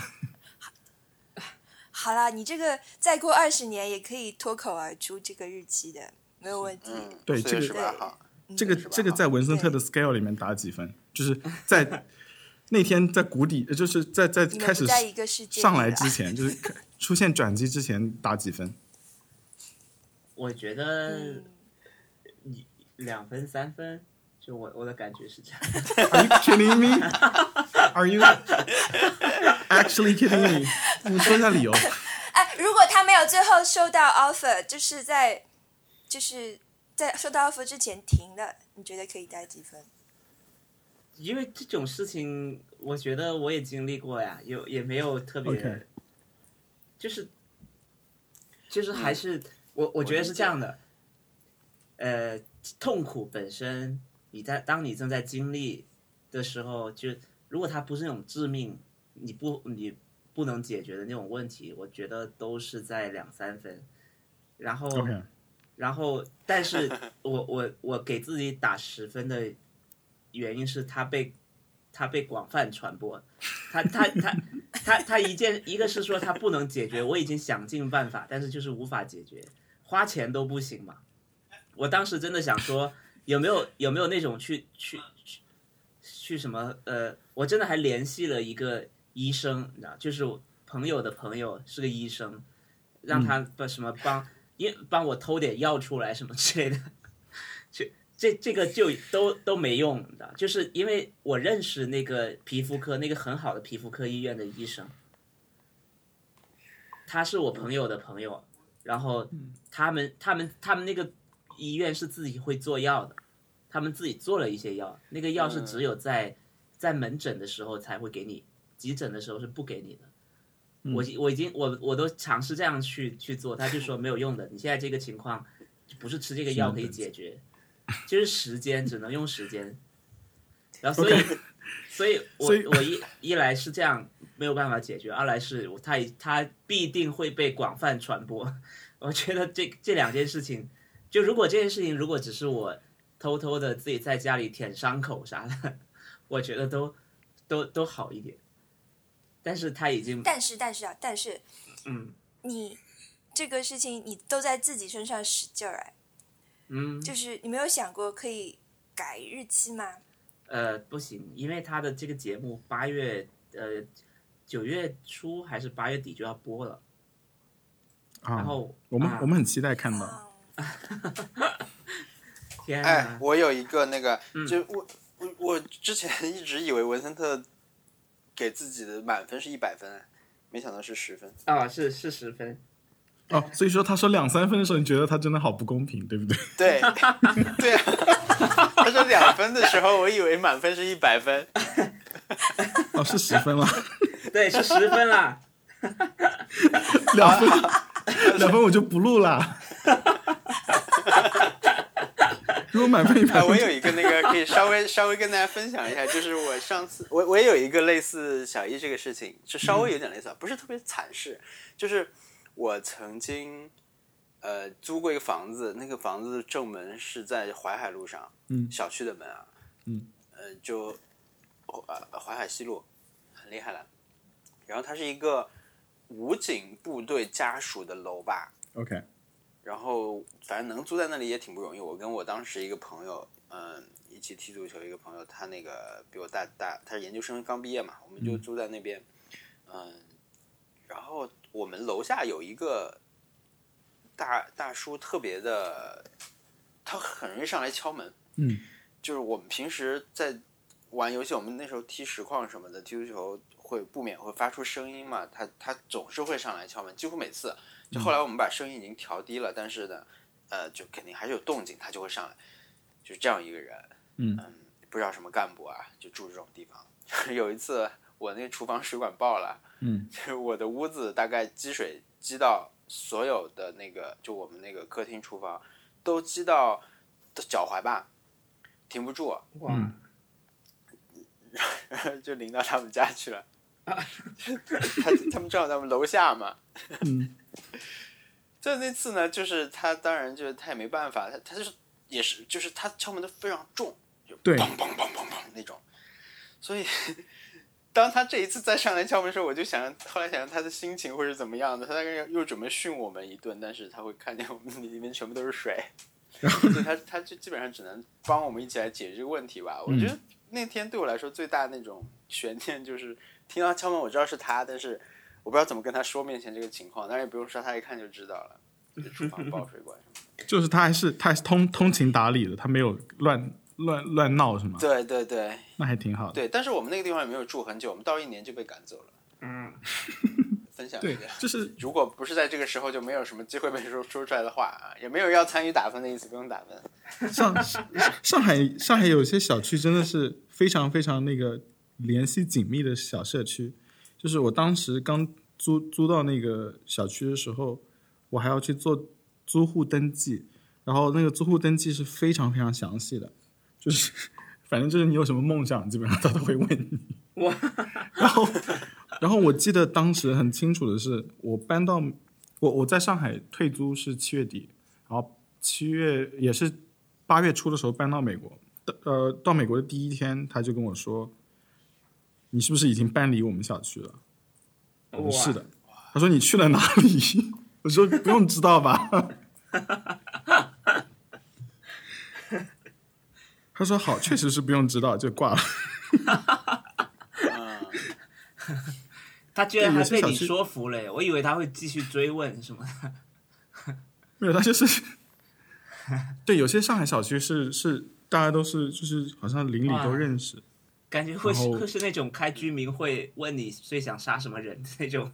好啦，你这个再过二十年也可以脱口而出这个日期的，没有问题。 嗯， 对，这个十八号， 这个这个在文森特的 scale 里面打几分？就是在那天在谷底，就是在在开始上来之前，就是出现转机之前打几分？ 我觉得两分三分，就我我的感觉是这样。 Are you kidding me? Are you actually kidding me? 你说一下理由。 哎，如果他没有最后收到 offer， 就是在就是在收到 offer 之前停的，你觉得可以打几分？ 因为这种事情，我觉得我也经历过呀，有也没有特别， okay. 就是就是还是、嗯、我我觉得是这样的，呃，痛苦本身，你在当你正在经历的时候，就如果它不是那种致命，你不你不能解决的那种问题，我觉得都是在两三分，然后、 okay. 然后，但是我我我给自己打十分的原因是它被它被广泛传播，它它它它它一件一个是说它不能解决，我已经想尽办法，但是就是无法解决，花钱都不行嘛。我当时真的想说，有没有有没有那种去去去去什么呃，我真的还联系了一个医生，你知道，就是我朋友的朋友是个医生，让他把什么帮因帮我偷点药出来什么之类的，就。这这个就都都没用的，就是因为我认识那个皮肤科那个很好的皮肤科医院的医生，他是我朋友的朋友，然后他们他们他们那个医院是自己会做药的，他们自己做了一些药，那个药是只有在在门诊的时候才会给你，急诊的时候是不给你的， 我我已经我我都尝试这样去去做，他就说没有用的，你现在这个情况不是吃这个药可以解决，就是时间只能用时间。然后所以 Okay. 所以我所以我一一来是这样没有办法解决，二来是它它必定会被广泛传播。我觉得这这两件事情，就如果这件事情如果只是我偷偷的自己在家里舔伤口啥的，我觉得都都都好一点。但是他已经， 但是但是啊，但是， 嗯， 你这个事情你都在自己身上使劲儿哎， 嗯， 就是你没有想过可以改日期吗？ 呃，不行，因为他的这个节目八月呃九月初还是八月底就要播了， 啊、 然后我们、 啊、 我们很期待看到。 天啊， 哎，我有一个那个， 嗯就我我我之前一直以为文森特给自己的满分是一百分，没想到是十分。 啊、是是十分， 哦，所以说他说两三分的时候，你觉得他真的好不公平，对不对？ 对，对啊，他说两分的时候，我以为满分是一百分。 哦，是十分了， 对，是十分啦。 两分，两分我就不录了。如果满分一百哎， 分， 我有一个那个可以稍微稍微跟大家分享一下，就是我上次我我也有一个类似小一这个事情，是稍微有点类似，不是特别惨事，就是我曾经呃租过一个房子，那个房子的正门是在淮海路上， 嗯， 小区的门啊， 嗯， 呃就呃淮海西路，很厉害了。然后它是一个武警部队家属的楼吧 OK， 然后反正能租在那里也挺不容易。我跟我当时一个朋友，嗯，一起踢足球一个朋友，他那个比我大大，他是研究生刚毕业嘛，我们就租在那边，嗯，然后我们楼下有一个大大叔，特别的，他很容易上来敲门， 嗯， 就是我们平时在玩游戏，我们那时候踢实况什么的，踢足球会不免会发出声音嘛，他他总是会上来敲门，几乎每次。就后来我们把声音已经调低了，但是呢，呃，就肯定还是有动静，他就会上来，就是这样一个人。 嗯嗯，不知道什么干部啊，就住这种地方。有一次我那厨房水管爆了， 嗯， 就是我的屋子大概积水积到所有的那个，就我们那个客厅厨房都积到脚踝吧，停不住， 哇， 就淋到他们家去了。他他们正好在我们楼下嘛。 嗯， 就那次呢，就是他当然就是他也没办法，他他就是也是就是他敲门都非常重，就对砰砰砰砰砰那种。所以当他这一次再上来敲门的时候，我就想，后来想想他的心情会是怎么样的。他大概又准备训我们一顿，但是他会看见我们里面全部都是水，所以他他就基本上只能帮我们一起来解决这个问题吧。我觉得那天对我来说最大的那种悬念就是听到敲门，我知道是他，但是我不知道怎么跟他说面前这个情况，当然也不用说，他一看就知道了，就厨房爆水管什么的。 就是他还是他还是通通情达理的，他没有乱乱乱闹是吗？ 对对对那还挺好的。 对，但是我们那个地方也没有住很久，我们到一年就被赶走了。 嗯， 分享一对个，， 就是如果不是在这个时候，就没有什么机会被说说出来的话啊，也没有要参与打分的意思，不用打分。 上上海上海有些小区真的是非常非常那个联系紧密的小社区，就是我当时刚租租到那个小区的时候，我还要去做租户登记，然后那个租户登记是非常非常详细的，就是反正就是你有什么梦想，基本上他都会问你。 哇， 然后然后我记得当时很清楚的是，我搬到我我在上海退租是七月底，然后七月也是八月初的时候搬到美国，呃，到美国的第一天，他就跟我说：“你是不是已经搬离我们小区了？”我说：“是的。”他说：“你去了哪里？”我说：“不用知道吧。”他说：“好，确实是不用知道，就挂了。” 他居然还被你对有些小区说服了，我以为他会继续追问什么的。 没有，他就是对有些上海小区是是大家都是就是好像邻里都认识， 感觉会是然后会是那种开居民会问你最想杀什么人那种。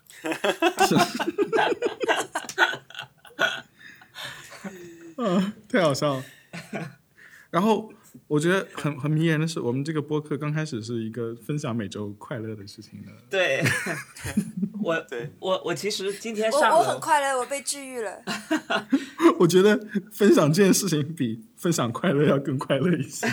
啊，太好笑了。然后我觉得很很迷人的是，我们这个播客刚开始是一个分享每周快乐的事情的， 对， 我对我我其实今天我上我很楼， 快乐，我被治愈了。 我觉得分享这件事情比分享快乐要更快乐一些。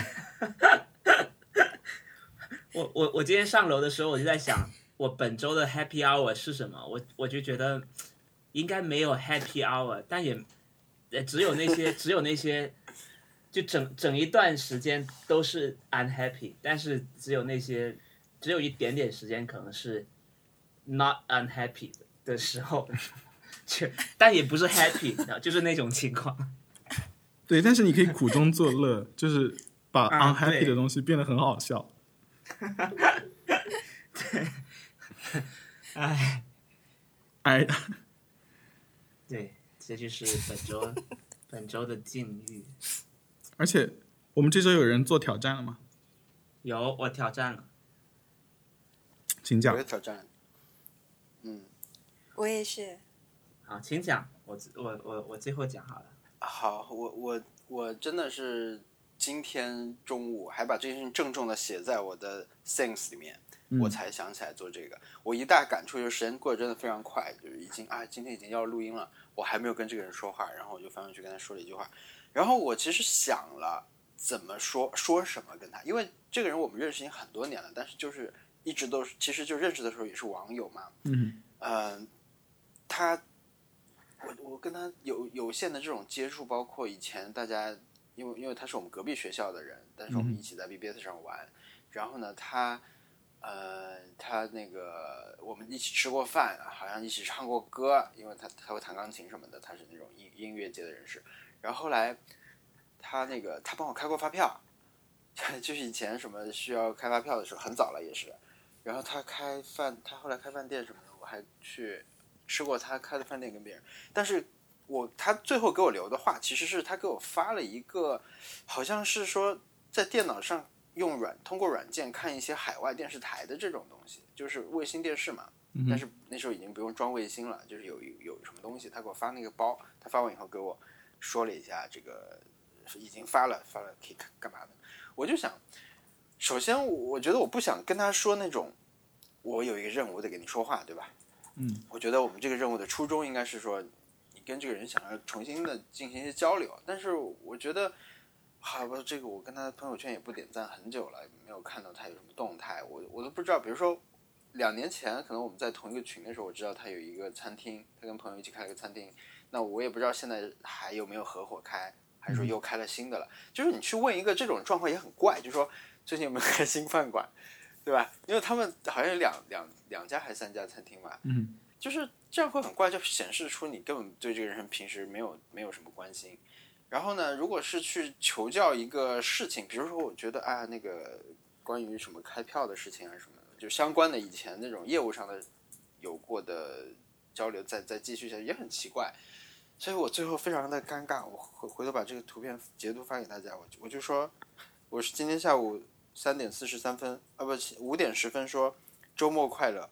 我我我今天上楼的时候，我就在想，我本周的 Happy Hour 是什么？我我就觉得应该没有 Happy Hour，但也呃只有那些只有那些，就整整一段时间都是 unhappy，但是只有那些只有一点点时间可能是 not unhappy 的时候，就但也不是 happy，就是那种情况。 对，但是你可以苦中作乐，就是把啊 unhappy 对的东西变得很好笑。 对，哎， 哎， 对，这就是本周本周的境遇。 而且我们这周有人做挑战了吗？ 有，我挑战了。 请讲我有。挑战。嗯， 我也是。 好，请讲，我我我我最后讲好了。 好，我我我真的是今天中午还把这件事情郑重的写在我的 things 里面， 嗯我才想起来做这个。我一大感触就是时间过得真的非常快，就是已经啊，今天已经要录音了，我还没有跟这个人说话，然后我就翻回去跟他说了一句话。然后我其实想了怎么说说什么跟他，因为这个人我们认识已经很多年了，但是就是一直都是，其实就认识的时候也是网友嘛。 嗯嗯、他，我我跟他有有限的这种接触，包括以前大家，因为因为他是我们隔壁学校的人，但是我们一起在 B B S 上玩，然后呢，他，呃，他那个我们一起吃过饭，好像一起唱过歌，因为他他会弹钢琴什么的，他是那种音音乐界的人士。然后后来他那个他帮我开过发票，就是以前什么需要开发票的时候，很早了也是。然后他开饭，他后来开饭店什么的，我还去吃过他开的饭店跟别人。但是我他最后给我留的话，其实是他给我发了一个，好像是说在电脑上用软通过软件看一些海外电视台的这种东西，就是卫星电视嘛。 嗯、 但是那时候已经不用装卫星了，就是有有什么东西，他给我发那个包，他发完以后给我说了一下这个已经发了，发了可以干嘛的。我就想，首先我觉得我不想跟他说那种我有一个任务得给你说话，对吧？ 嗯， 我觉得我们这个任务的初衷应该是说你跟这个人想要重新的进行一些交流，但是我觉得好吧，这个我跟他朋友圈也不点赞很久了，没有看到他有什么动态，我我都不知道。比如说两年前可能我们在同一个群的时候，我知道他有一个餐厅，他跟朋友一起开了个餐厅，那我也不知道现在还有没有合伙开，还是说又开了新的了。就是你去问一个这种状况也很怪，就是说最近有没有开新饭馆，对吧？因为他们好像有两两两家还是三家餐厅吧， 嗯， 就是这样会很怪，就显示出你根本对这个人平时没有没有什么关心。然后呢，如果是去求教一个事情，比如说我觉得啊，那个关于什么开票的事情啊什么的，就相关的以前那种业务上的有过的交流，再再继续下去也很奇怪。所以我最后非常的尴尬，我回回头把这个图片截图发给大家，我我就说我是今天下午三点四十三分啊，不五点十分说周末快乐，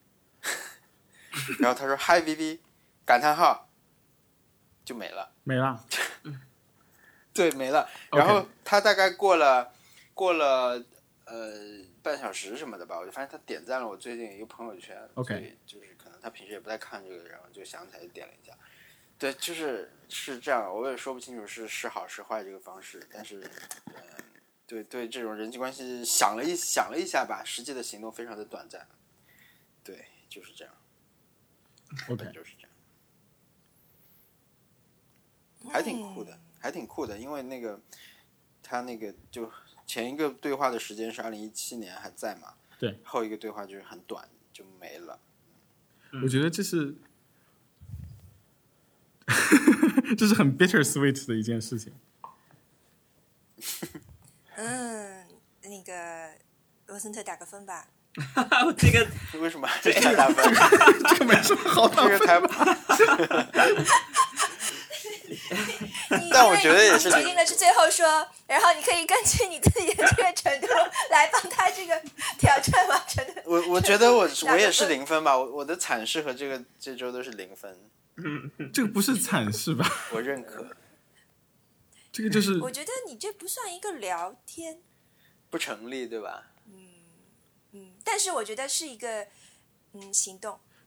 然后他说嗨 V V 感叹号，就没了， 没了。 对，没了。然后他大概过了过了呃半小时什么的吧，我就发现他点赞了我最近一个朋友圈 ，OK， 所以就是可能他平时也不太看这个，然后就想起来就点了一下。对，就是是这样，我也说不清楚是是好是坏这个方式，但是，嗯、呃，对对，这种人际关系想了一想了一下吧，实际的行动非常的短暂，对，就是这样 ，OK， 就是这样，还挺酷的，还挺酷的，因为那个他那个就前一个对话的时间是二零一七年还在嘛， 对， 后一个对话就是很短就没了， 我觉得这是。这是很 bittersweet 的一件事情。 嗯，那个罗森特打个分吧。 这个为什么这是打分？ 这个没什么好打分。 这个才，但我觉得也是决定的是最后说，然后你可以根据你自己的这个程度来帮他这个挑战完成的。 我我觉得我我也是零分吧，我我的惨事和这个这周都是零分。 这个不是惨事吧？ 我认可。 这个就是， 我觉得你这不算一个聊天， 不成立，对吧？ 嗯嗯，但是我觉得是一个嗯行动。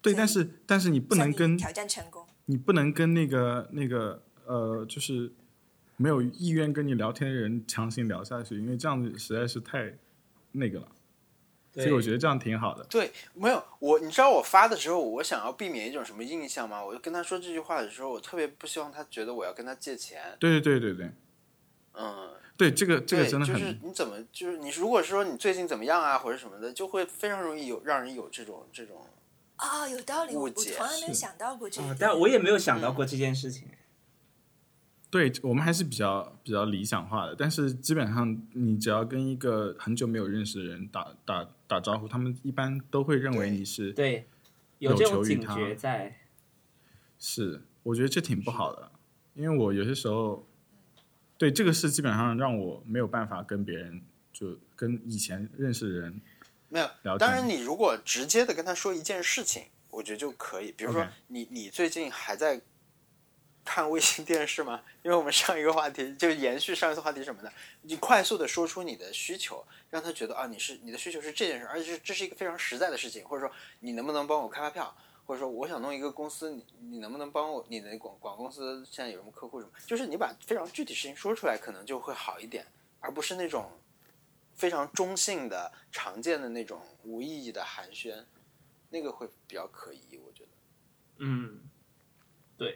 对，但是但是你不能跟挑战成功， 你不能跟那个那个呃，就是没有意愿跟你聊天的人强行聊下去，因为这样子实在是太那个了。所以我觉得这样挺好的。 对，没有我，你知道我发的时候，我想要避免一种什么印象吗？我就跟他说这句话的时候，我特别不希望他觉得我要跟他借钱。 对对对对对， 嗯， 对，这个这个真的很， 就是你怎么就是你如果说你最近怎么样啊或者什么的，就会非常容易有让人有这种这种哦，有道理，我误解从来没有想到过这一点、 哦，但我也没有想到过这件事情。 对我们还是比较比较理想化的，但是基本上你只要跟一个很久没有认识的人打打打招呼，他们一般都会认为你是对，有这种警觉在。 是，我觉得这挺不好的，因为我有些时候，对这个事基本上让我没有办法跟别人就跟以前认识的人没有聊天。 当然，你如果直接的跟他说一件事情，我觉得就可以。比如说 okay. 你你最近还在看卫星电视吗？因为我们上一个话题就延续上一次话题什么的，你快速的说出你的需求，让他觉得啊，你是你的需求是这件事，而且这是一个非常实在的事情，或者说你能不能帮我开发票，或者说我想弄一个公司，你你能不能帮我？你的广广公司现在有什么客户什么？就是你把非常具体事情说出来，可能就会好一点，而不是那种非常中性的、常见的那种无意义的寒暄，那个会比较可疑，我觉得。 嗯，对。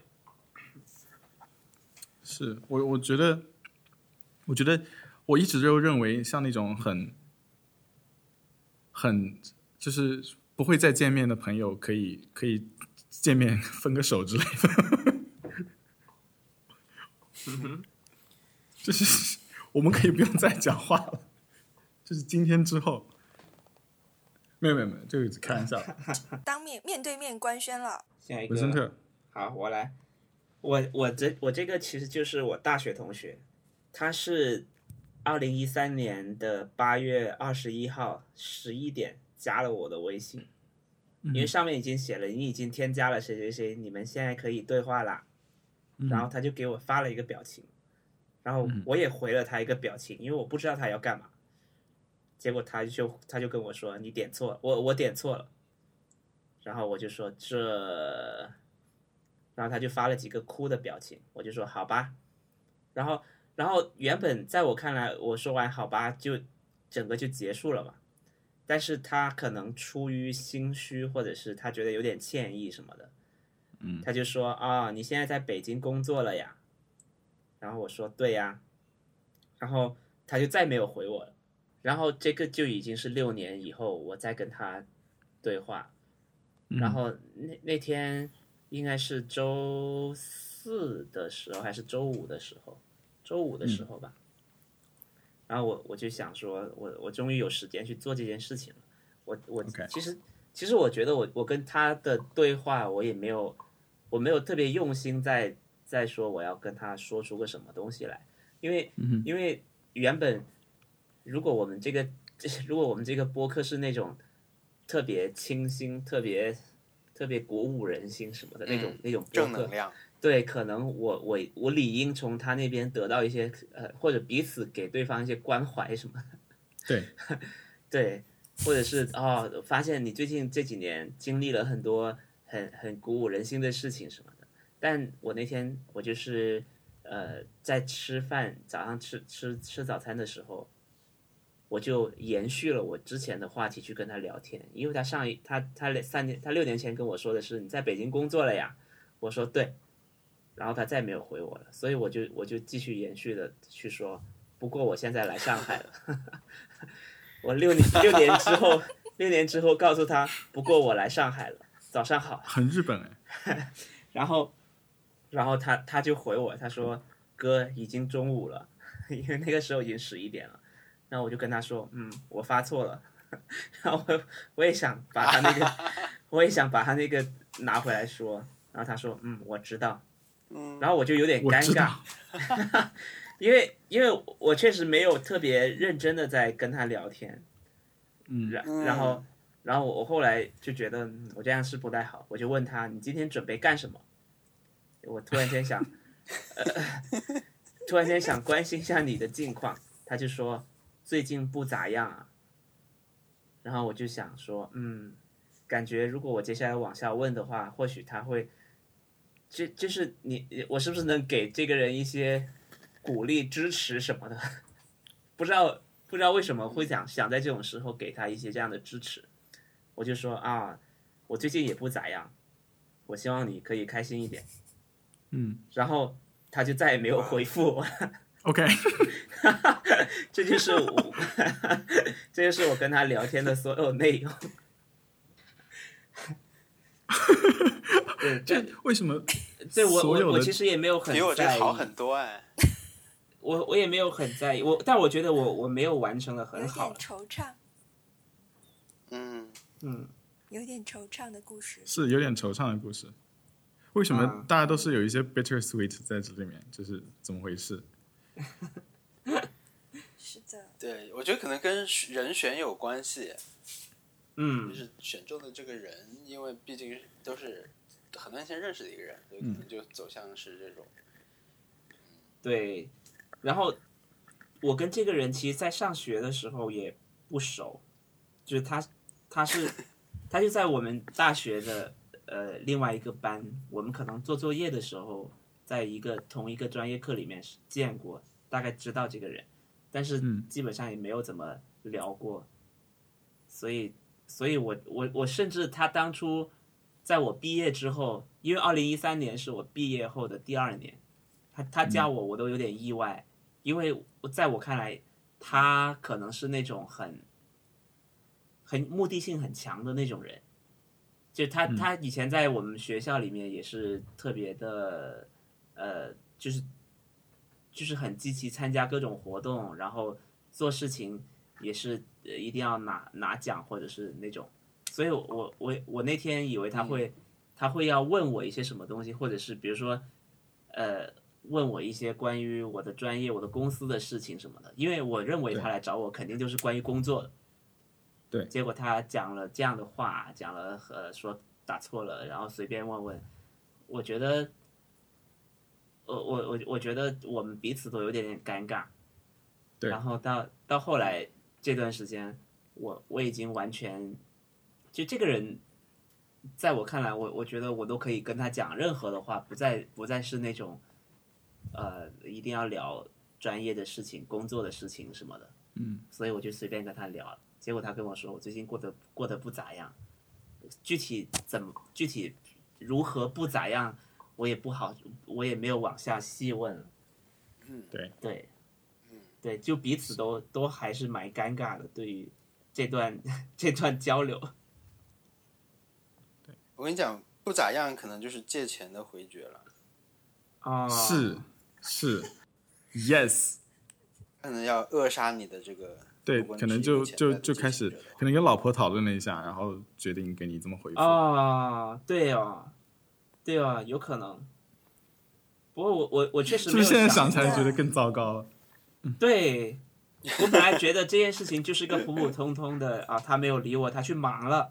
是我，我觉得，我觉得我一直就认为，像那种很、很就是不会再见面的朋友，可以可以见面分个手之类的。就是我们可以不用再讲话了，就是今天之后，没有没有没有，这个开玩笑。 当面面对面官宣了。 下一个， 文森特， 好，我来。我我这我这个其实就是我大学同学，他是二零一三年的八月二十一号十一点加了我的微信，因为上面已经写了你已经添加了谁谁谁，你们现在可以对话啦。然后他就给我发了一个表情，然后我也回了他一个表情，因为我不知道他要干嘛。结果他就他就跟我说你点错了，我我点错了，然后我就说这。然后他就发了几个哭的表情，我就说好吧。然后，然后原本在我看来，我说完好吧，就整个就结束了嘛。但是他可能出于心虚，或者是他觉得有点歉意什么的， 嗯， 他就说啊、哦，你现在在北京工作了呀？然后我说对呀。然后他就再没有回我了。然后这个就已经是六年以后，我再跟他对话。然后那那天。应该是周四的时候还是周五的时候，周五的时候吧。嗯、然后我我就想说，我我终于有时间去做这件事情了。我我、okay. 其实其实我觉得我我跟他的对话，我也没有我没有特别用心在在说我要跟他说出个什么东西来，因为、 嗯、 因为原本如果我们这个如果我们这个播客是那种特别清新特别。特别鼓舞人心什么的那种、嗯、那种正能量， 对，可能我我我理应从他那边得到一些呃，或者彼此给对方一些关怀什么的， 对， 对，或者是哦，发现你最近这几年经历了很多很很鼓舞人心的事情什么的，但我那天我就是呃在吃饭，早上吃吃吃早餐的时候。我就延续了我之前的话题去跟他聊天，因为他上一他他三年他六年前跟我说的是你在北京工作了呀，我说对，然后他再没有回我了，所以我就我就继续延续的去说，不过我现在来上海了，我六年六年之后六年之后告诉他，不过我来上海了，早上好， 很日本哎， 然后然后他他就回我，他说哥已经中午了，因为那个时候已经十一点了。然后我就跟他说，嗯，我发错了。然后我我也想把他那个，我也想把他那个拿回来说。然后他说，嗯，我知道。 嗯。 然后我就有点尴尬，因为因为我确实没有特别认真的在跟他聊天。 嗯。 然然后然后我后来就觉得我这样是不太好，我就问他，你今天准备干什么？我突然间想，呃，突然间想关心一下你的近况。他就说。最近不咋样啊，然后我就想说，嗯， 感觉如果我接下来往下问的话，或许他会，就就是你我是不是能给这个人一些鼓励、支持什么的？不知道不知道为什么会想想在这种时候给他一些这样的支持，我就说啊，我最近也不咋样，我希望你可以开心一点。 嗯， 然后他就再也没有回复我。 OK， 这就是我，这就是我跟他聊天的所有内容。对， 这为什么？ 对我所有的我我其实也没有很比我这在意， 好很多哎。 我我也没有很在意，我但我觉得我我没有完成的有很好点。惆怅， 嗯， 嗯， 有点惆怅的故事。 是有点惆怅的故事。为什么嗯大家都是有一些 bitter sweet 在这里面？就是怎么回事？ 是的， 对，我觉得可能跟人选有关系，就嗯， 是选中的这个人，因为毕竟都是很多年前认识的一个人，所以可能就走向是这种。 对。然后我跟这个人其实，在上学的时候也不熟，就是他他是他就在我们大学的呃另外一个班，我们可能做作业的时候，在一个同一个专业课里面见过，大概知道这个人，但是基本上也没有怎么聊过，所以所以我我我甚至他当初在我毕业之后，因为二零一三年是我毕业后的第二年，他他加我我都有点意外，因为在我看来，他可能是那种很很目的性很强的那种人。就他他以前在我们学校里面也是特别的，呃，就是就是很积极参加各种活动，然后做事情也是呃一定要拿拿奖或者是那种，所以我我我那天以为他会、嗯、他会要问我一些什么东西，或者是比如说呃问我一些关于我的专业、我的公司的事情什么的，因为我认为他来找我肯定就是关于工作的。 对， 结果他讲了这样的话，讲了呃说打错了，然后随便问问，我觉得，我我我我觉得我们彼此都有点点尴尬。 对， 然后到到后来这段时间，我我已经完全，就这个人，在我看来，我我觉得我都可以跟他讲任何的话，不再不再是那种，呃，一定要聊专业的事情、工作的事情什么的。 嗯， 所以我就随便跟他聊了。结果他跟我说，我最近过得过得不咋样，具体怎么具体如何不咋样，我也不好，我也没有往下细问了。 嗯， 对对，嗯对，就彼此都都还是蛮尴尬的，对于这段这段交流。 对，我跟你讲，不咋样，可能就是借钱的回绝了。 啊、哦， 是是 ，yes， 可能要扼杀你的这个。 对，可能就就就开始，可能跟老婆讨论了一下，然后决定给你这么回复。 啊，对哦，对哦，有可能。不过我我我确实没有想， 是不是现在想起来觉得更糟糕了？ 对，我本来觉得这件事情就是个普普通通的啊，他没有理我，他去忙了。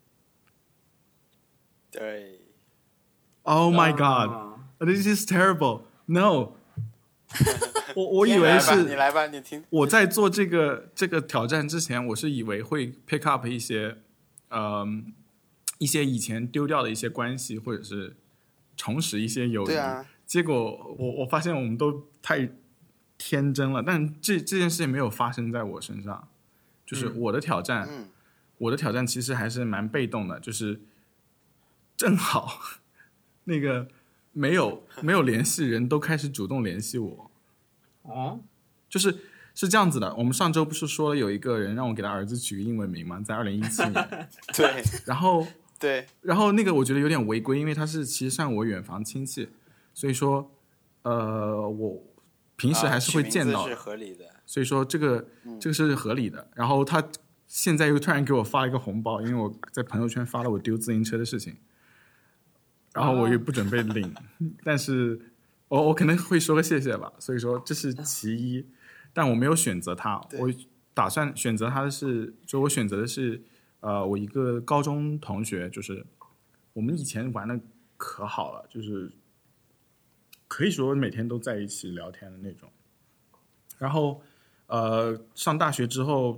对。 Oh my god, this is terrible. No. 我我以为是你来吧，你听。 我在做这个这个挑战之前，我是以为会 pick up 一些，呃，一些以前丢掉的一些关系，或者是重拾一些友谊。 对啊。 结果我我发现我们都太天真了，但这这件事情没有发生在我身上，就是我的挑战， 嗯、 我的挑战其实还是蛮被动的，就是正好那个没有没有联系人都开始主动联系我。 哦， 就是是这样子的，我们上周不是说了有一个人让我给他儿子取个英文名吗？在二零一七年， 对， 然后对， 然后那个我觉得有点违规，因为他是其实算我远房亲戚，所以说呃我平时还是会见到的， 啊、是合理的， 所以说这个、嗯、这个是合理的。然后他现在又突然给我发了一个红包，因为我在朋友圈发了我丢自行车的事情，然后我也不准备领，哦、但是。我我可能会说个谢谢吧，所以说这是其一，但我没有选择他，我打算选择他的是，就我选择的是，呃，我一个高中同学，就是我们以前玩的可好了，就是可以说每天都在一起聊天的那种。然后，呃，上大学之后，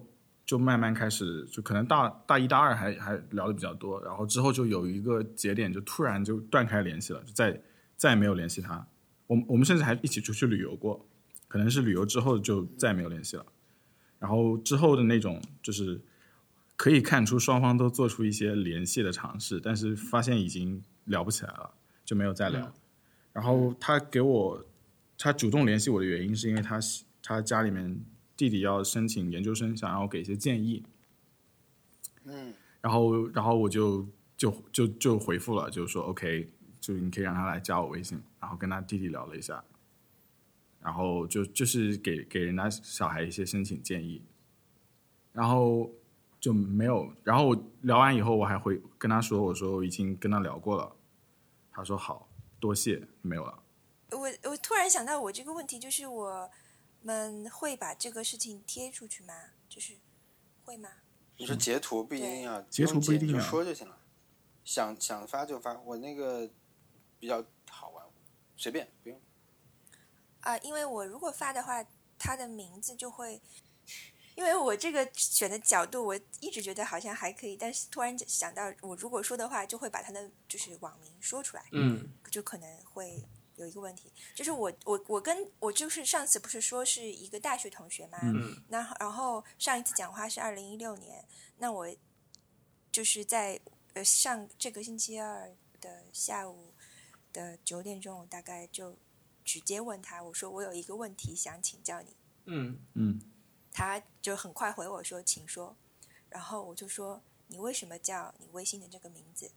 就慢慢开始，就可能大大一大二还还聊的比较多，然后之后就有一个节点，就突然就断开联系了，就再再也没有联系他。我们我们甚至还一起出去旅游过，可能是旅游之后就再也没有联系了。然后之后的那种就是可以看出双方都做出一些联系的尝试，但是发现已经聊不起来了，就没有再聊。嗯、然后他给我他主动联系我的原因是因为他他家里面弟弟要申请研究生，想要给一些建议。 嗯， 然后然后我就就就就回复了，就是说 OK， 就你可以让他来加我微信，然后跟他弟弟聊了一下。然后就就是给给人家小孩一些申请建议，然后就没有。然后我聊完以后，我还会跟他说，我说我已经跟他聊过了。他说好，多谢，没有了。 我我突然想到，我这个问题就是我们会把这个事情贴出去吗？就是会吗？ 你说截图不一定要， 截图不一定要就说就行了，想想发就发。我那个比较好玩，随便不用。 啊、呃，因为我如果发的话，他的名字就会，因为我这个选的角度，我一直觉得好像还可以，但是突然想到，我如果说的话，就会把他的就是网名说出来， 嗯， 就可能会有一个问题，就是我我我跟我就是上次不是说是一个大学同学嘛， 嗯， 那然后上一次讲话是二零一六年，那我就是在呃上这个星期二的下午的九点钟，我大概就。直接问他，我说我有一个问题想请教你。 嗯嗯， 他就很快回我说请说，然后我就说你为什么叫你微信的这个名字？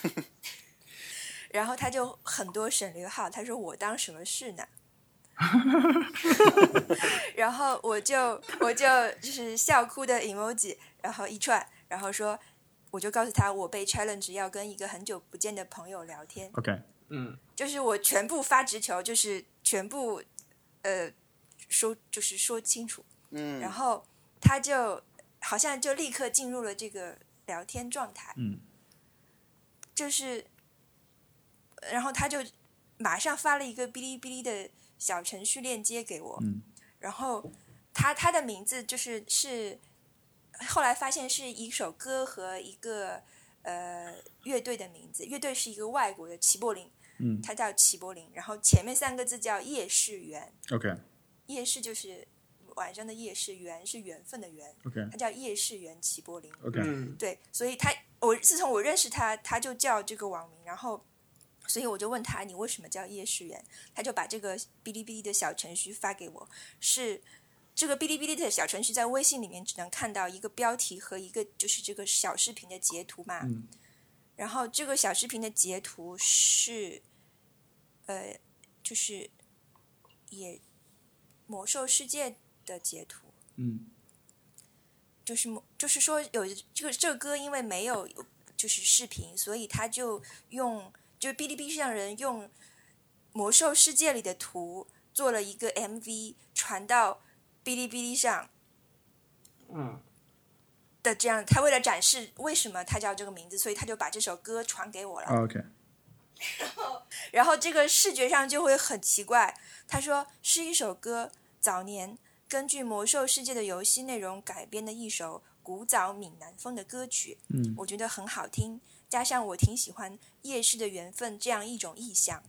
然后他就很多省略号，他说我当什么事呢？然后我就我就就是笑哭的 emoji， 然后一串，然后说我就告诉他我被 challenge 要跟一个很久不见的朋友聊天。 OK， 嗯， 就是我全部发直球，就是全部呃说就是说清楚， 嗯， 然后他就好像就立刻进入了这个聊天状态， 嗯， 就是然后他就马上发了一个哔哩哔哩的小程序链接给我， 嗯， 然后他他的名字就是是后来发现是一首歌和一个呃乐队的名字，乐队是一个外国的齐柏林， 嗯， 他叫齐柏林，然后前面三个字叫夜市缘 OK， 夜市就是晚上的夜市，缘是缘分的缘 OK， 他叫夜市缘齐柏林 OK， 嗯， 对，所以他我自从我认识他，他就叫这个网名，然后所以我就问他你为什么叫夜市缘，他就把这个哔哩哔哩的小程序发给我，是这个哔哩哔哩的小程序在微信里面只能看到一个标题和一个就是这个小视频的截图嘛， 嗯， 然后这个小视频的截图是呃就是也魔兽世界的截图， 嗯， 就是就是说有这个这个歌因为没有就是视频，所以他就用就哔哩哔哩上人用魔兽世界里的图做了一个 M V 传到哔哩哔哩上， 嗯的这样，他为了展示为什么他叫这个名字，所以他就把这首歌传给我了。 哦 OK， 然后，然后这个视觉上就会很奇怪。他说是一首歌，早年根据魔兽世界的游戏内容改编的一首古早闽南风的歌曲， 嗯， 我觉得很好听，加上我挺喜欢夜市的缘分这样一种意象。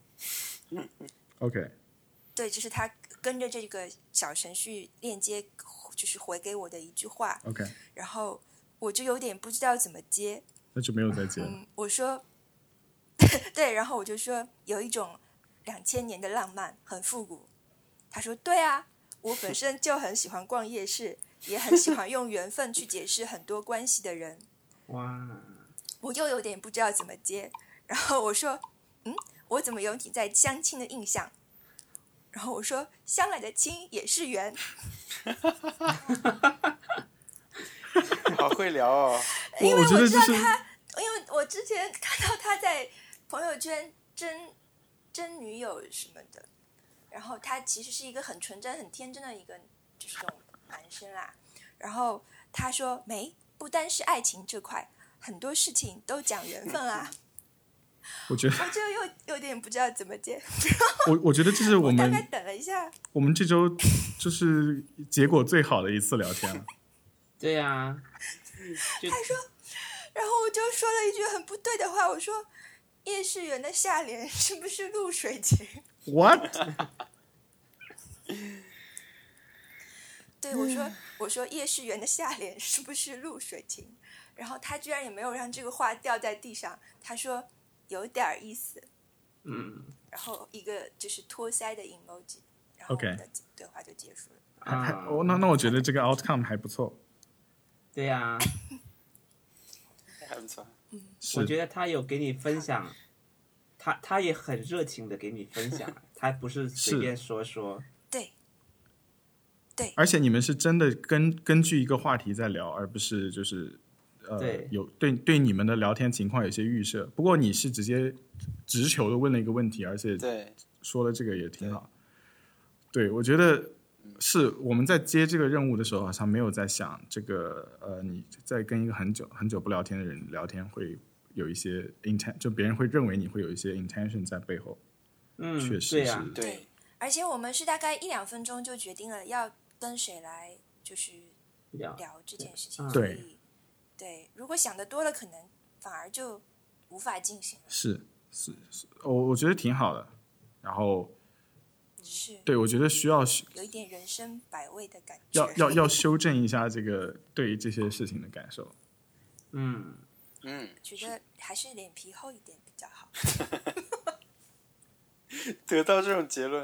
OK， 对，这是他跟着这个小程序链接就是回给我的一句话。 OK， 然后我就有点不知道怎么接， 那就没有再接了。 嗯，我说对，然后我就说有一种两千年的浪漫，很复古。他说对啊，我本身就很喜欢逛夜市，也很喜欢用缘分去解释很多关系的人。 哇， 我又有点不知道怎么接，然后我说嗯，我怎么有你在相亲的印象？然后我说相来的亲也是缘。 好会聊哦。 因为我觉得知道就是他，因为我之前看到他在朋友圈征征女友什么的，然后他其实是一个很纯真、很天真的一个就是这种男生啦。然后他说没，不单是爱情这块，很多事情都讲缘分啊。 我觉得我就有有点不知道怎么接。 我我觉得这是我我大概们等了一下， 我们这周就是结果最好的一次聊天了。 对呀、啊，就他说，然后我就说了一句很不对的话，我说夜市园的下联是不是露水情？ What？ 对，我说我说夜市园的下联是不是露水情？然后他居然也没有让这个话掉在地上，他说有点意思， 嗯， 然后一个就是托腮的 emoji， 然后我 OK 们的对话就结束了。 啊， 哦，那那我觉得这个 outcome 还不错。 对呀、啊， 还不错。 我是觉得他有给你分享，他他也很热情的给你分享，他不是随便说说。 对，对， 而且你们是真的根根据一个话题在聊，而不是就是呃对有对对你们的聊天情况有些预设。不过你是直接直球的问了一个问题，而且对， 说了这个也挺好。对，我觉得是我们在接这个任务的时候，好像没有在想这个呃你在跟一个很久很久不聊天的人聊天会有一些 intent， 就别人会认为你会有一些 intention 在背后。 嗯， 确实是对呀、 对， 而且我们是大概一两分钟就决定了要跟谁来，就是聊聊这件事情。 嗯所对以，对，如果想的多了，可能反而就无法进行了。 是是是，我我觉得挺好的。然后是对我觉得需要有一点人生百味的感觉。 要要要修正一下这个对于这些事情的感受。 嗯， 嗯， 觉得还是脸皮厚一点比较好。 得到这种结论，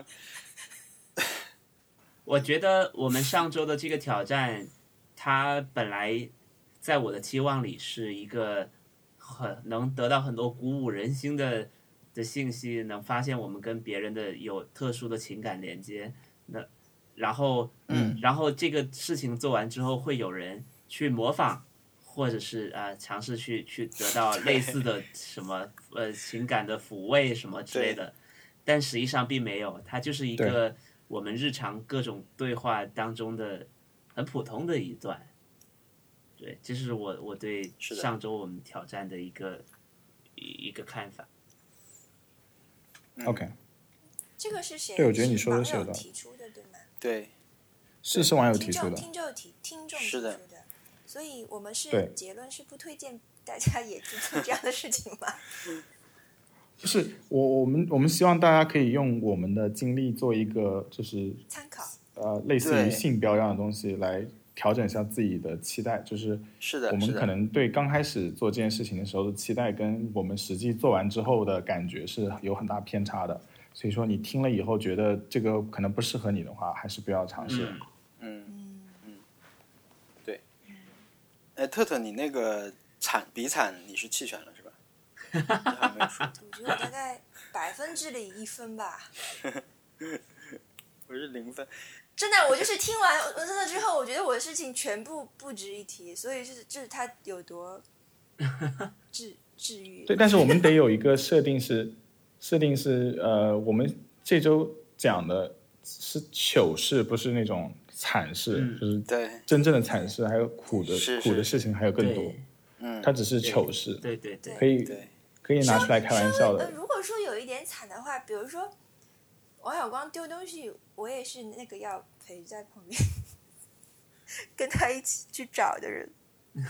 我觉得我们上周的这个挑战，它本来在我的期望里是一个很能得到很多鼓舞人心的的信息，能发现我们跟别人的有特殊的情感连接。那然后， 嗯， 然后这个事情做完之后，会有人去模仿，或者是啊、呃、尝试去去得到类似的什么呃情感的抚慰什么之类的。但实际上并没有，它就是一个我们日常各种对话当中的很普通的一段。对，这是我我对是的上周我们挑战的一个一一个看法。 OK， 这个是谁？ 对我觉得你说的是有网友道理提出的，对吗？ 对， 是是网友提听众出的。 听众提听众提出是的的，所以我们是对结论是不推荐大家也去做这样的事情吗？ 就是我我们我们希望大家可以用我们的经历做一个就是参考。 呃类似于对信标一样的东西来调整一下自己的期待，就是是的， 我们是的可能对刚开始做这件事情的时候的期待跟我们实际做完之后的感觉是有很大偏差的，所以说你听了以后觉得这个可能不适合你的话，还是不要尝试。 嗯嗯嗯，对。哎，特特，你那个惨比惨你是弃权了是吧？你还没有说， 我觉得我大概百分之里一分吧。 我是零分。 真的，我就是听完文森特之后，我觉得我的事情全部不值一提，所以就是就是他有多治治愈。 对，但是我们得有一个设定是，设定是呃，我们这周讲的是糗事，不是那种惨事， 嗯就是对， 真正的惨事，还有苦的是是苦的事情还有更多对。 嗯， 它只是糗事， 对对对， 可以对， 可以拿出来开玩笑的。 呃，如果说有一点惨的话，比如说王小光丢东西，我也是那个要陪在旁边跟他一起去找的人。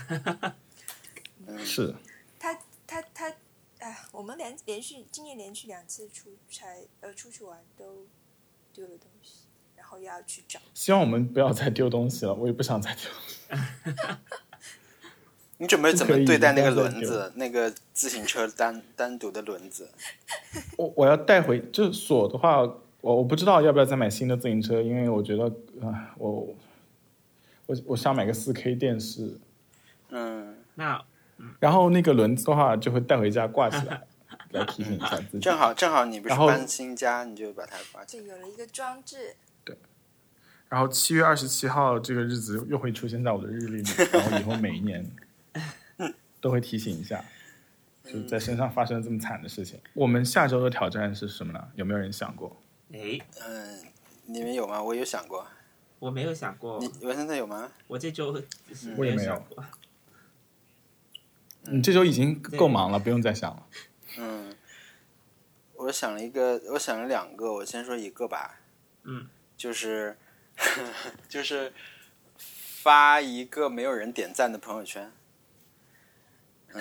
是， 他他他，哎，我们连连续今年连续两次出差呃出去玩都丢了东西，然后又要去找。 希望我们不要再丢东西了，我也不想再丢东西。 你准备怎么不可以对待那个不要再丢轮子？那个自行车单单独的轮子？ 我我要带回，就锁的话，我我不知道要不要再买新的自行车，因为我觉得啊、呃，我我我想买个四 K 电视， 嗯， 那然后那个轮子的话就会带回家挂起来，来提醒一下自己。 正好正好你不是然后搬新家，你就把它挂起来。 就有了一个装置。 然后七月二十七号这个日子又会出现在我的日历里，然后以后每一年都会提醒一下，就在身上发生这么惨的事情。我们下周的挑战是什么呢？有没有人想过？ 哎， 嗯，你们有吗？我有想过。 我没有想过， 你文森特有吗？ 我这周是我也没有想过。 你这周已经够忙了，不用再想了。 嗯，我想了一个，我想了两个，我先说一个吧。 嗯， 就是就是发一个没有人点赞的朋友圈。 嗯，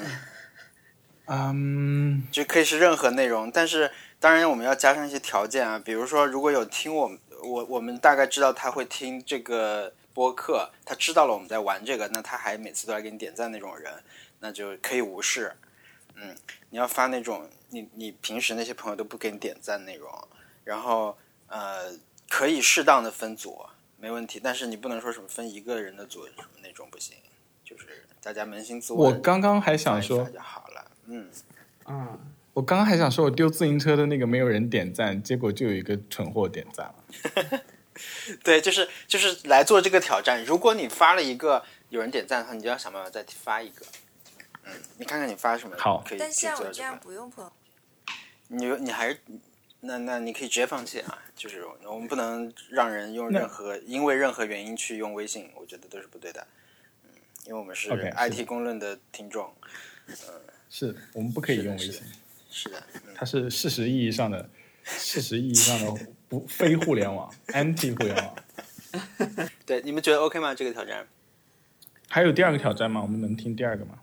嗯， 就可以是任何内容，但是当然我们要加上一些条件啊，比如说如果有听我们我我们大概知道他会听这个播客，他知道了我们在玩这个，那他还每次都来给你点赞那种人，那就可以无视。嗯，你要发那种你你平时那些朋友都不给你点赞内容，然后呃可以适当的分组没问题，但是你不能说什么分一个人的组什么那种不行，就是大家扪心自问。 我刚刚还想说就好了。嗯嗯， 我刚刚还想说我丢自行车的那个没有人点赞，结果就有一个蠢货点赞了。 对，就是就是来做这个挑战。如果你发了一个有人点赞的话，你就要想办法再发一个。嗯，你看看你发什么好。 可以。 但像我这样不用朋友， 你你还是那那你可以直接放弃啊。就是我们不能让人用任何因为任何原因去用微信，我觉得都是不对的。嗯，因为我们是 I T 公论的听众。嗯， 是我们不可以用微信。 是的，嗯、 它是事实意义上的事实意义上的不非互联网 anti 互联网。 对，你们觉得 OK 吗？这个挑战？ 还有第二个挑战吗？我们能听第二个吗？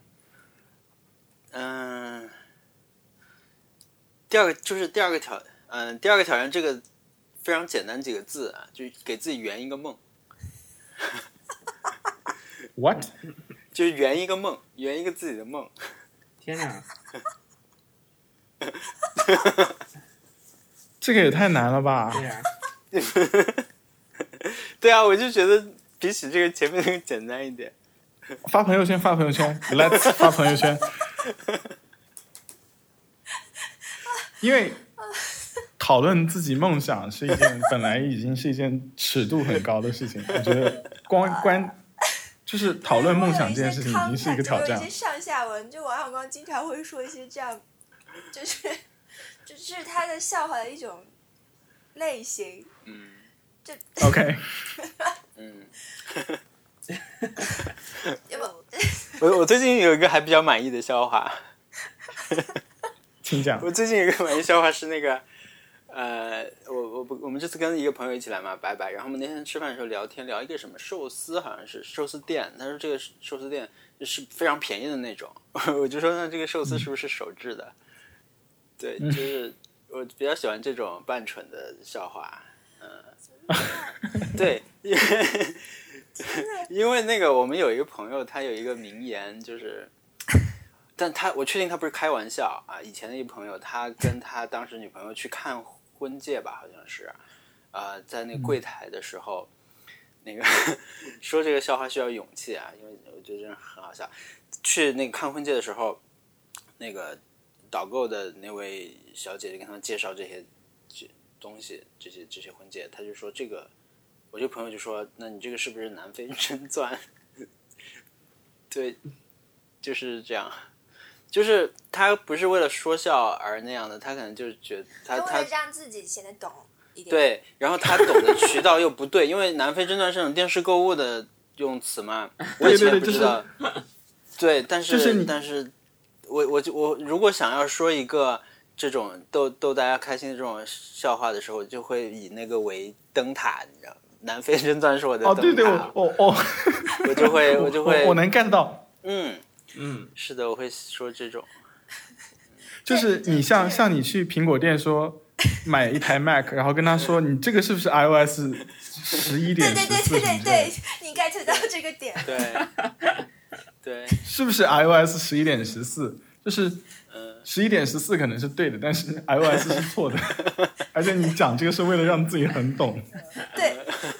嗯，第二个就是第二个挑，嗯，第二个挑战这个非常简单几个字啊，就给自己圆一个梦。 What？ 就是圆一个梦，圆一个自己的梦。 天哪！ 这个也太难了吧？ 对呀、 啊，对啊，我就觉得比起这个前面那个简单一点。 发朋友圈，发朋友圈 ，Let's 发朋友圈。因为讨论自己梦想是一件本来已经是一件尺度很高的事情，我觉得光关就是讨论梦想这件事情已经是一个挑战。 有一些上下文，就王小光经常会说一些这样，就是就是他的笑话的一种类型。 嗯， 就 OK。 嗯。 我我最近有一个还比较满意的笑话， 请讲。 我最近有一个满意笑话是那个，呃，我我不我们这次跟一个朋友一起来嘛，拜拜。然后我们那天吃饭的时候聊天，聊一个什么寿司，好像是寿司店。他说这个寿司店是非常便宜的那种，我就说那这个寿司是不是手制的？嗯、对，就是我比较喜欢这种半蠢的笑话，嗯，对。因为那个我们有一个朋友，他有一个名言，就是，但他我确定他不是开玩笑啊。以前的一个朋友，他跟他当时女朋友去看婚戒吧，好像是，啊、呃，在那个柜台的时候，嗯、那个说这个笑话需要勇气啊，因为我觉得真的很好笑。去那个看婚戒的时候，那个导购的那位小姐姐跟他们介绍这些这东西，这些这些婚戒，他就说这个。我这个朋友就说：“那你这个是不是南非真钻？”对，就是这样，就是他不是为了说笑而那样的，他可能就是觉得他他为了让自己显得懂一点。 对，然后他懂的渠道又不对，因为南非真钻是那种电视购物的用词嘛，我以前也不知道。 对, 对, 对, 对，但是、 就是、 但是我我我如果想要说一个这种逗逗大家开心的这种笑话的时候，就会以那个为灯塔，你知道吗？南非真钻是我的灯塔， 哦，对对，我我我我就会我就会我, 我能 get 到， 嗯嗯，是的，我会说这种， 就是你像像你去苹果店说买一台 Mac， 然后跟他说你这个是不是 iOS 十一点十四？ 对对对对对，你 get 到这个点， 对对， 是不是 iOS 十一点十四？就是十一点十四可能是对的，但是 iOS 是错的，而且你讲这个是为了让自己很懂。 对。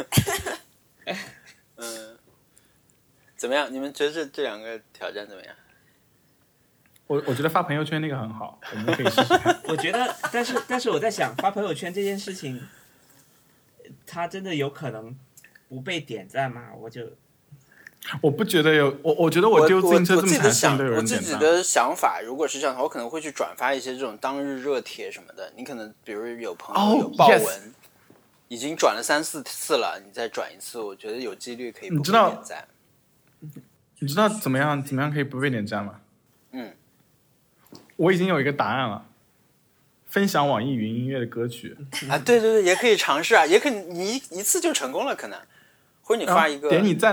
嗯，怎么样？你们觉得这这两个挑战怎么样？ 我我觉得发朋友圈那个很好，我们可以试试看。 我觉得，但是但是我在想，发朋友圈这件事情，它真的有可能不被点赞吗？我就我不觉得有，我我觉得我丢自行车这么长时间都有人点赞。 我自己的想法，如果是这样的话，我可能会去转发一些这种当日热帖什么的。你可能比如有朋友有爆文。 Oh, yes. 已经转了三四次了，你再转一次，我觉得有几率可以不被点赞。 你知道怎么样怎么样可以不被点赞吗？ 嗯， 我已经有一个答案了。分享网易云音乐的歌曲啊，对对对，也可以尝试啊，也可以你一次就成功了，可能，或者你发一个、 啊、点你赞，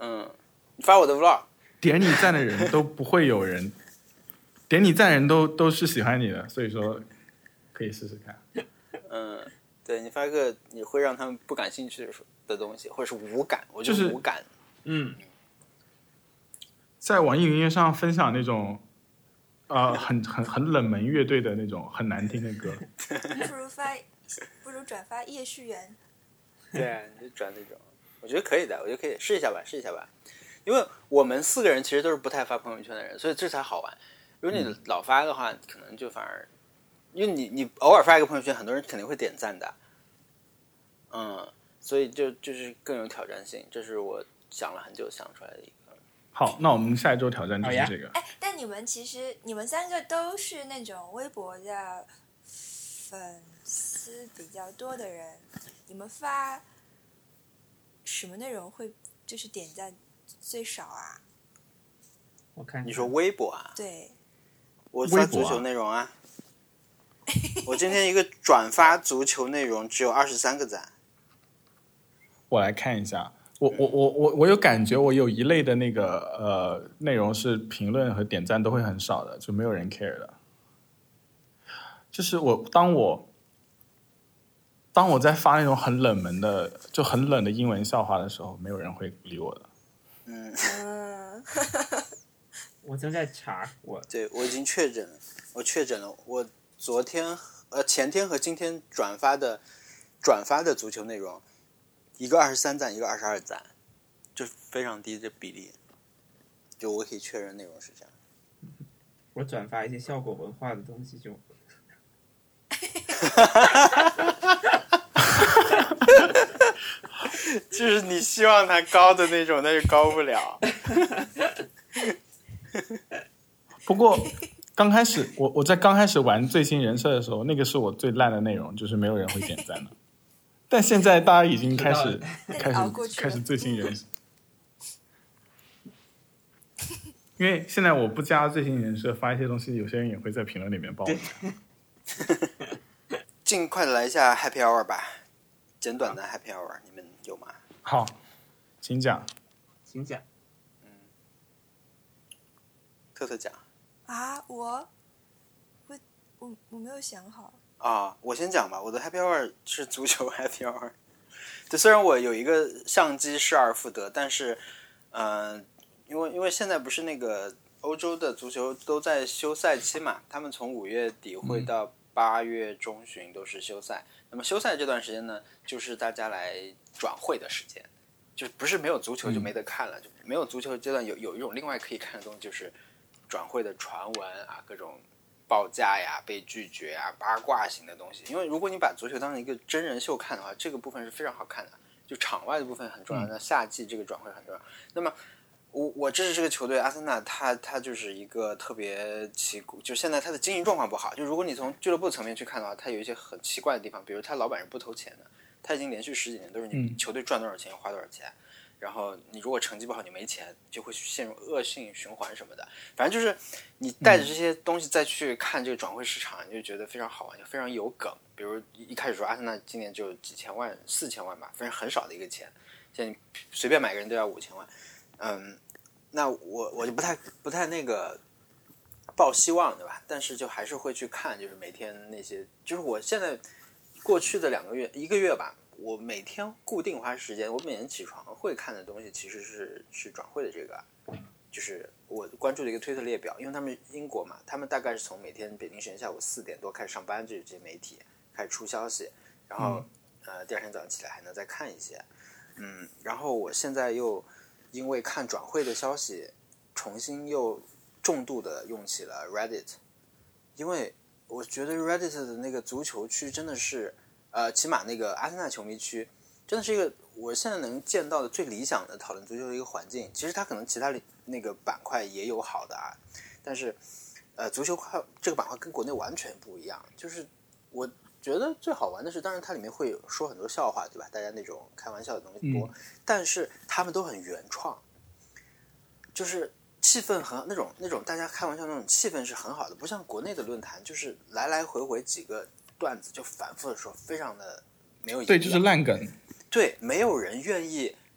嗯，你发我的 vlog， 点你赞的人都不会有人，点你赞的人都都是喜欢你的，所以说可以试试看。 嗯，对你发个你会让他们不感兴趣的的东西，或者是无感，我觉就是得无感。 嗯， 在网易云音乐上分享那种，呃，很很很冷门乐队的那种很难听的歌。 不如发，不如转发叶旭元。 对啊，你就转那种，我觉得可以的，我觉得可以试一下吧，试一下吧。因为我们四个人其实都是不太发朋友圈的人，所以这才好玩。如果你老发的话，可能就反而，因为你你偶尔发一个朋友圈，很多人肯定会点赞的。嗯，所以就就是更有挑战性，这是我想了很久想出来的一个。 好，那我们下一周挑战就是这个。 哎，但你们其实你们三个都是那种微博的粉丝比较多的人，你们发什么内容会就是点赞最少啊？ 我看你说微博啊？ 对， 我发足球内容啊。我今天一个转发足球内容只有二十三个赞。 我来看一下，我我我我我有感觉，我有一类的那个呃内容是评论和点赞都会很少的，就没有人 care 的。就是我当我当我在发那种很冷门的、就很冷的英文笑话的时候，没有人会理我的。 嗯嗯， 我正在查，我对我已经确诊了，我确诊了。我昨天呃前天和今天转发的转发的足球内容，一个二十三赞，一个二十二赞，就非常低的比例。就我可以确认内容是这样。 我转发一些效果文化的东西就。 就是你希望它高的那种，但是高不了。 不过刚开始我我在刚开始玩最新人设的时候，那个是我最烂的内容，就是没有人会点赞的。但现在大家已经开始开始开始最新人设，因为现在我不加最新人设，发一些东西，有些人也会在评论里面帮我讲。 尽快的来一下 Happy Hour 吧，简短的 Happy Hour， 你们有吗？ 好，请讲。 请讲。 嗯，特特讲。 啊，我我我我没有想好。 啊，我先讲吧。我的 Happy Hour 是足球 Happy Hour。对，虽然我有一个相机失而复得，但是，嗯、呃，因为因为现在不是那个欧洲的足球都在休赛期嘛，他们从五月底会到八月中旬都是休赛。嗯、那么休赛这段时间呢，就是大家来转会的时间，就不是没有足球就没得看了，嗯、就没有足球阶段有有一种另外可以看的东西，就是转会的传闻啊，各种报价呀、被拒绝啊、八卦型的东西。因为如果你把足球当成一个真人秀看的话，这个部分是非常好看的，就场外的部分很重要。那夏季这个转会很重要。那么我我支持这个球队阿森纳，他他就是一个特别奇，就现在他的经营状况不好。就如果你从俱乐部层面去看的话，他有一些很奇怪的地方，比如他老板是不投钱的，他已经连续十几年都是你球队赚多少钱花多少钱。然后你如果成绩不好，你没钱，就会陷入恶性循环什么的。反正就是你带着这些东西再去看这个转会市场，你就觉得非常好玩，就非常有梗。比如一开始说阿森纳今年就几千万、四千万吧，反正很少的一个钱。现在你随便买个人都要五千万，嗯，那我我就不太不太那个抱希望，对吧？但是就还是会去看，就是每天那些，就是我现在过去的两个月、一个月吧。我每天固定花时间，我每天起床会看的东西其实是是转会的这个，就是我关注的一个推特列表，因为他们英国嘛，他们大概是从每天北京时间下午四点多开始上班，这些媒体开始出消息，然后、嗯、呃第二天早上起来还能再看一些，嗯，然后我现在又因为看转会的消息，重新又重度的用起了 Reddit， 因为我觉得 Reddit 的那个足球区真的是。呃，起码那个阿森纳球迷区真的是一个我现在能见到的最理想的讨论足球的一个环境。其实它可能其他那个板块也有好的啊，但是呃，足球块这个板块跟国内完全不一样。就是我觉得最好玩的是，当然它里面会有说很多笑话，对吧？大家那种开玩笑的东西多，嗯、但是他们都很原创，就是气氛很那种那种大家开玩笑那种气氛是很好的，不像国内的论坛，就是来来回回几个。段子就反复的说，非常的没有意义。 对，就是烂梗。 对，没有人愿意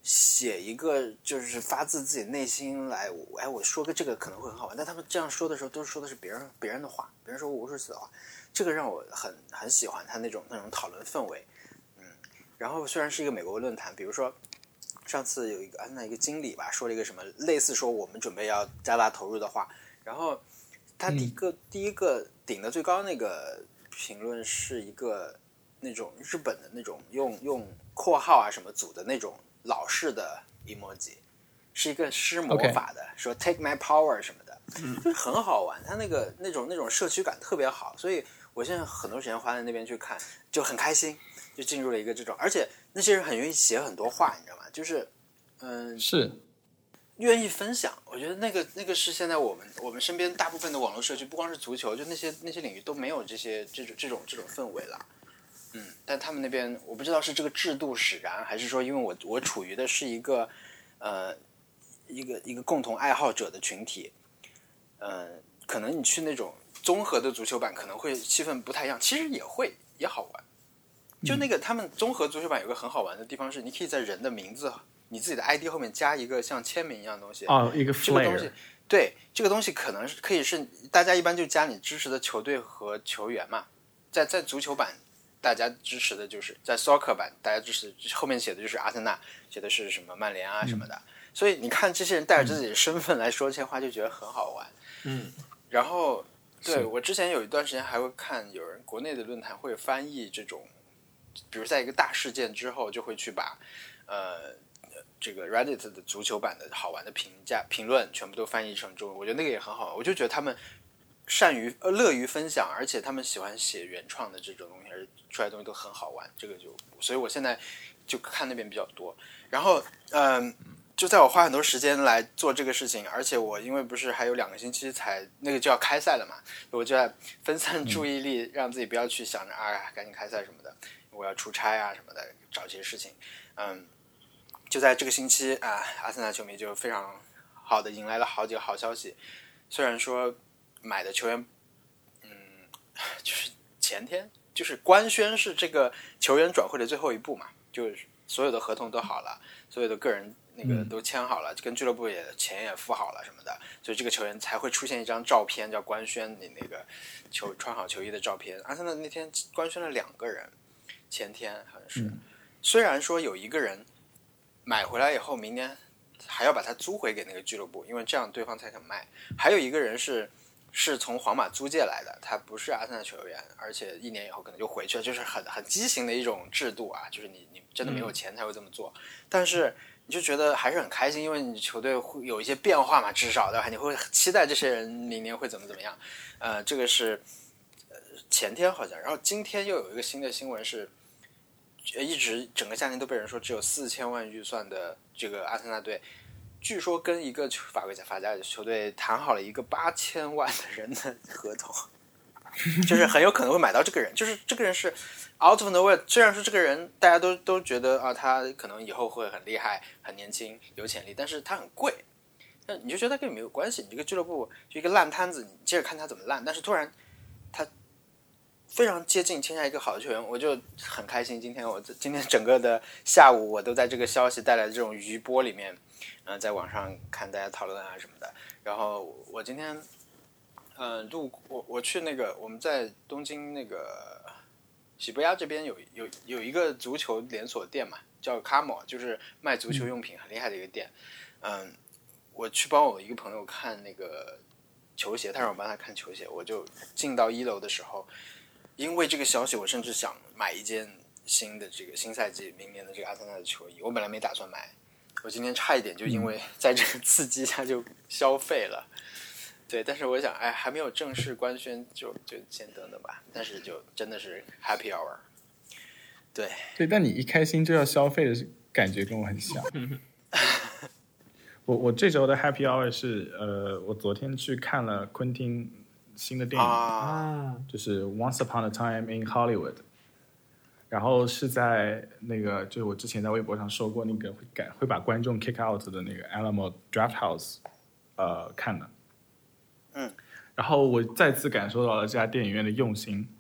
写一个就是发自自己内心来，哎，我说个这个可能会很好玩，但他们这样说的时候都说的是别人别人的话，别人说无数次的话，这个让我很很喜欢他那种那种讨论氛围。嗯，然后虽然是一个美国论坛，比如说上次有一个安那一个经理吧，说了一个什么类似说我们准备要加大投入的话，然后他第一个、嗯、第一个顶的最高那个评论是一个那种日本的那种用用括号啊什么组的那种老式的 emoji， 是一个施魔法的， okay. 说 take my power 什么的，就是很好玩，他那个那种那种社区感特别好，所以我现在很多时间花在那边去看，就很开心，就进入了一个这种，而且那些人很愿意写很多话，你知道吗？就是嗯是愿意分享，我觉得那个那个是现在我们我们身边大部分的网络社区，不光是足球，就那些那些领域都没有这些这种这种这种氛围了。嗯，但他们那边我不知道是这个制度使然，还是说因为我我处于的是一个呃一个一个共同爱好者的群体，呃，可能你去那种综合的足球版可能会气氛不太一样，其实也会也好玩。就那个他们综合足球版有个很好玩的地方是，你可以在人的名字、你自己的 I D 后面加一个像签名一样的东西。 哦，一个 flair。 这个东西，对，这个东西可能是可以是大家一般就加你支持的球队和球员嘛，在在足球版。大家支持的就是在 soccer 版，大家支持后面写的就是阿森纳，写的是什么曼联啊什么的，嗯、所以你看这些人带着自己的身份来说这些话，就觉得很好玩。 嗯， 然后对我之前有一段时间还会看有人国内的论坛会翻译这种，比如在一个大事件之后，就会去把呃这个 Reddit 的足球版的好玩的评价评论全部都翻译成中文，我觉得那个也很好，我就觉得他们。善于呃乐于分享，而且他们喜欢写原创的这种东西，而出来的东西都很好玩。这个就，所以我现在就看那边比较多。然后，嗯、呃，就在我花很多时间来做这个事情，而且我因为不是还有两个星期才那个就要开赛了嘛，我就在分散注意力，嗯、让自己不要去想着啊赶紧开赛什么的，我要出差啊什么的，找这些事情。嗯，就在这个星期啊，阿森纳球迷就非常好的迎来了好几个好消息，虽然说。买的球员，嗯，就是前天，就是官宣是这个球员转会的最后一步嘛，就是所有的合同都好了，所有的个人那个都签好了，嗯、跟俱乐部也钱也付好了什么的，所以这个球员才会出现一张照片，叫官宣你那个球穿好球衣的照片。阿森纳那天官宣了两个人，前天好像是，嗯、虽然说有一个人买回来以后，明年还要把它租回给那个俱乐部，因为这样对方才肯卖，还有一个人是。是从皇马租借来的，他不是阿森纳球员，而且一年以后可能就回去了，就是很很畸形的一种制度啊，就是你你真的没有钱才会这么做，嗯、但是你就觉得还是很开心，因为你球队会有一些变化嘛，至少对吧？你会期待这些人明年会怎么怎么样，呃，这个是呃前天好像，然后今天又有一个新的新闻是，一直整个夏天都被人说只有四千万预算的这个阿森纳队。据说跟一个法国法甲的球队谈好了一个八千万的人的合同，就是很有可能会买到这个人。就是这个人是 out of nowhere， 虽然说这个人大家都都觉得啊，他可能以后会很厉害、很年轻、有潜力，但是他很贵。那你就觉得他跟你没有关系，你这个俱乐部就一个烂摊子，你接着看他怎么烂。但是突然他非常接近签下一个好的球员，我就很开心。今天我今天整个的下午我都在这个消息带来的这种余波里面。嗯、呃，在网上看大家讨论啊什么的，然后我今天，呃，路我我去那个我们在东京那个喜布亚这边有有有一个足球连锁店嘛，叫 Kamo， 就是卖足球用品很厉害的一个店。嗯，我去帮我一个朋友看那个球鞋，他让我帮他看球鞋，我就进到一楼的时候，因为这个消息，我甚至想买一件新的这个新赛季明年的这个阿森纳的球衣，我本来没打算买。我今天差一点就因为在这个刺激下就消费了，对，但是我想，哎，还没有正式官宣，就就先等等吧。但是就真的是 happy hour， 对对，但你一开心就要消费的感觉跟我很像。我我这周的 happy hour 是呃，我昨天去看了昆汀新的电影啊， 就是 Once Upon a Time in Hollywood。然后是在那个，就是我之前在微博上说过那个会改会把观众 kick out 的那个 Alamo Drafthouse， 呃，看的。 嗯。 然后我再次感受到了这家电影院的用心，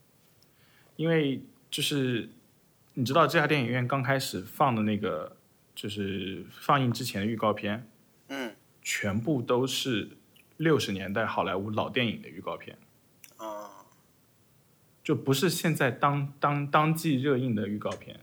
因为就是你知道这家电影院刚开始放的那个就是放映之前的预告片， 嗯全部都是六十年代好莱坞老电影的预告片， 啊， 就不是现在当当当季热映的预告片。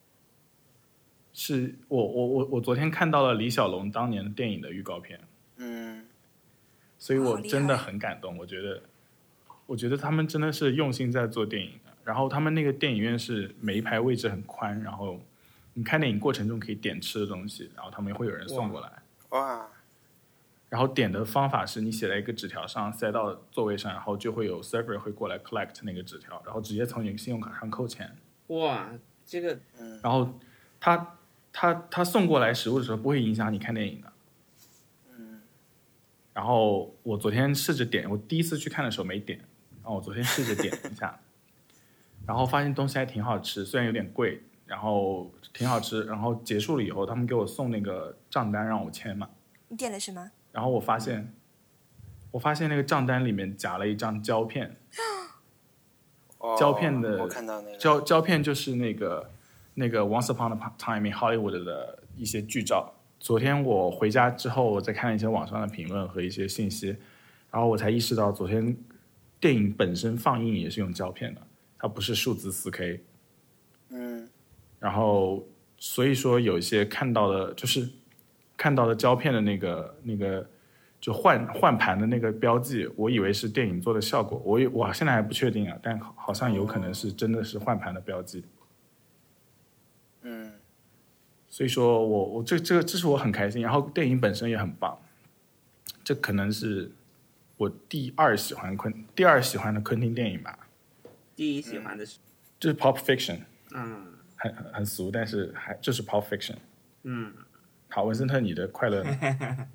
是我我我我昨天看到了李小龙当年的电影的预告片， 嗯所以我好厉害真的很感动。我觉得，我觉得他们真的是用心在做电影的。然后他们那个电影院是每一排位置很宽，然后你看电影过程中可以点吃的东西，然后他们会有人送过来。 哇， 然后点的方法是你写在一个纸条上，塞到座位上，然后就会有 server 会过来 collect 那个纸条，然后直接从你的信用卡上扣钱。 哇，这个然后他他他送过来食物的时候不会影响你看电影的。 嗯然后我昨天试着点，我第一次去看的时候没点，然后我昨天试着点一下，然后发现东西还挺好吃，虽然有点贵，然后挺好吃。然后结束了以后，他们给我送那个账单让我签嘛， 你点了什么？ 然后我发现，我发现那个账单里面夹了一张胶片， 哦胶片的我看到那个胶胶片就是那个那个 Once Upon a Time in Hollywood 的一些剧照。昨天我回家之后，我在看一些网上的评论和一些信息，然后我才意识到，昨天电影本身放映也是用胶片的，它不是数字 四 K。 嗯然后所以说有一些看到的，就是看到的胶片的那个那个就换换盘的那个标记，我以为是电影做的效果，我我现在还不确定啊，但好像有可能是真的是换盘的标记。 嗯所以说我我这这这是我很开心，然后电影本身也很棒，这可能是我第二喜欢昆第二喜欢的昆汀电影吧， 第一喜欢的是， 就是 Pulp Fiction， 嗯很很很俗，但是还就是 Pulp Fiction。 嗯， 好，文森特，你的快乐呢？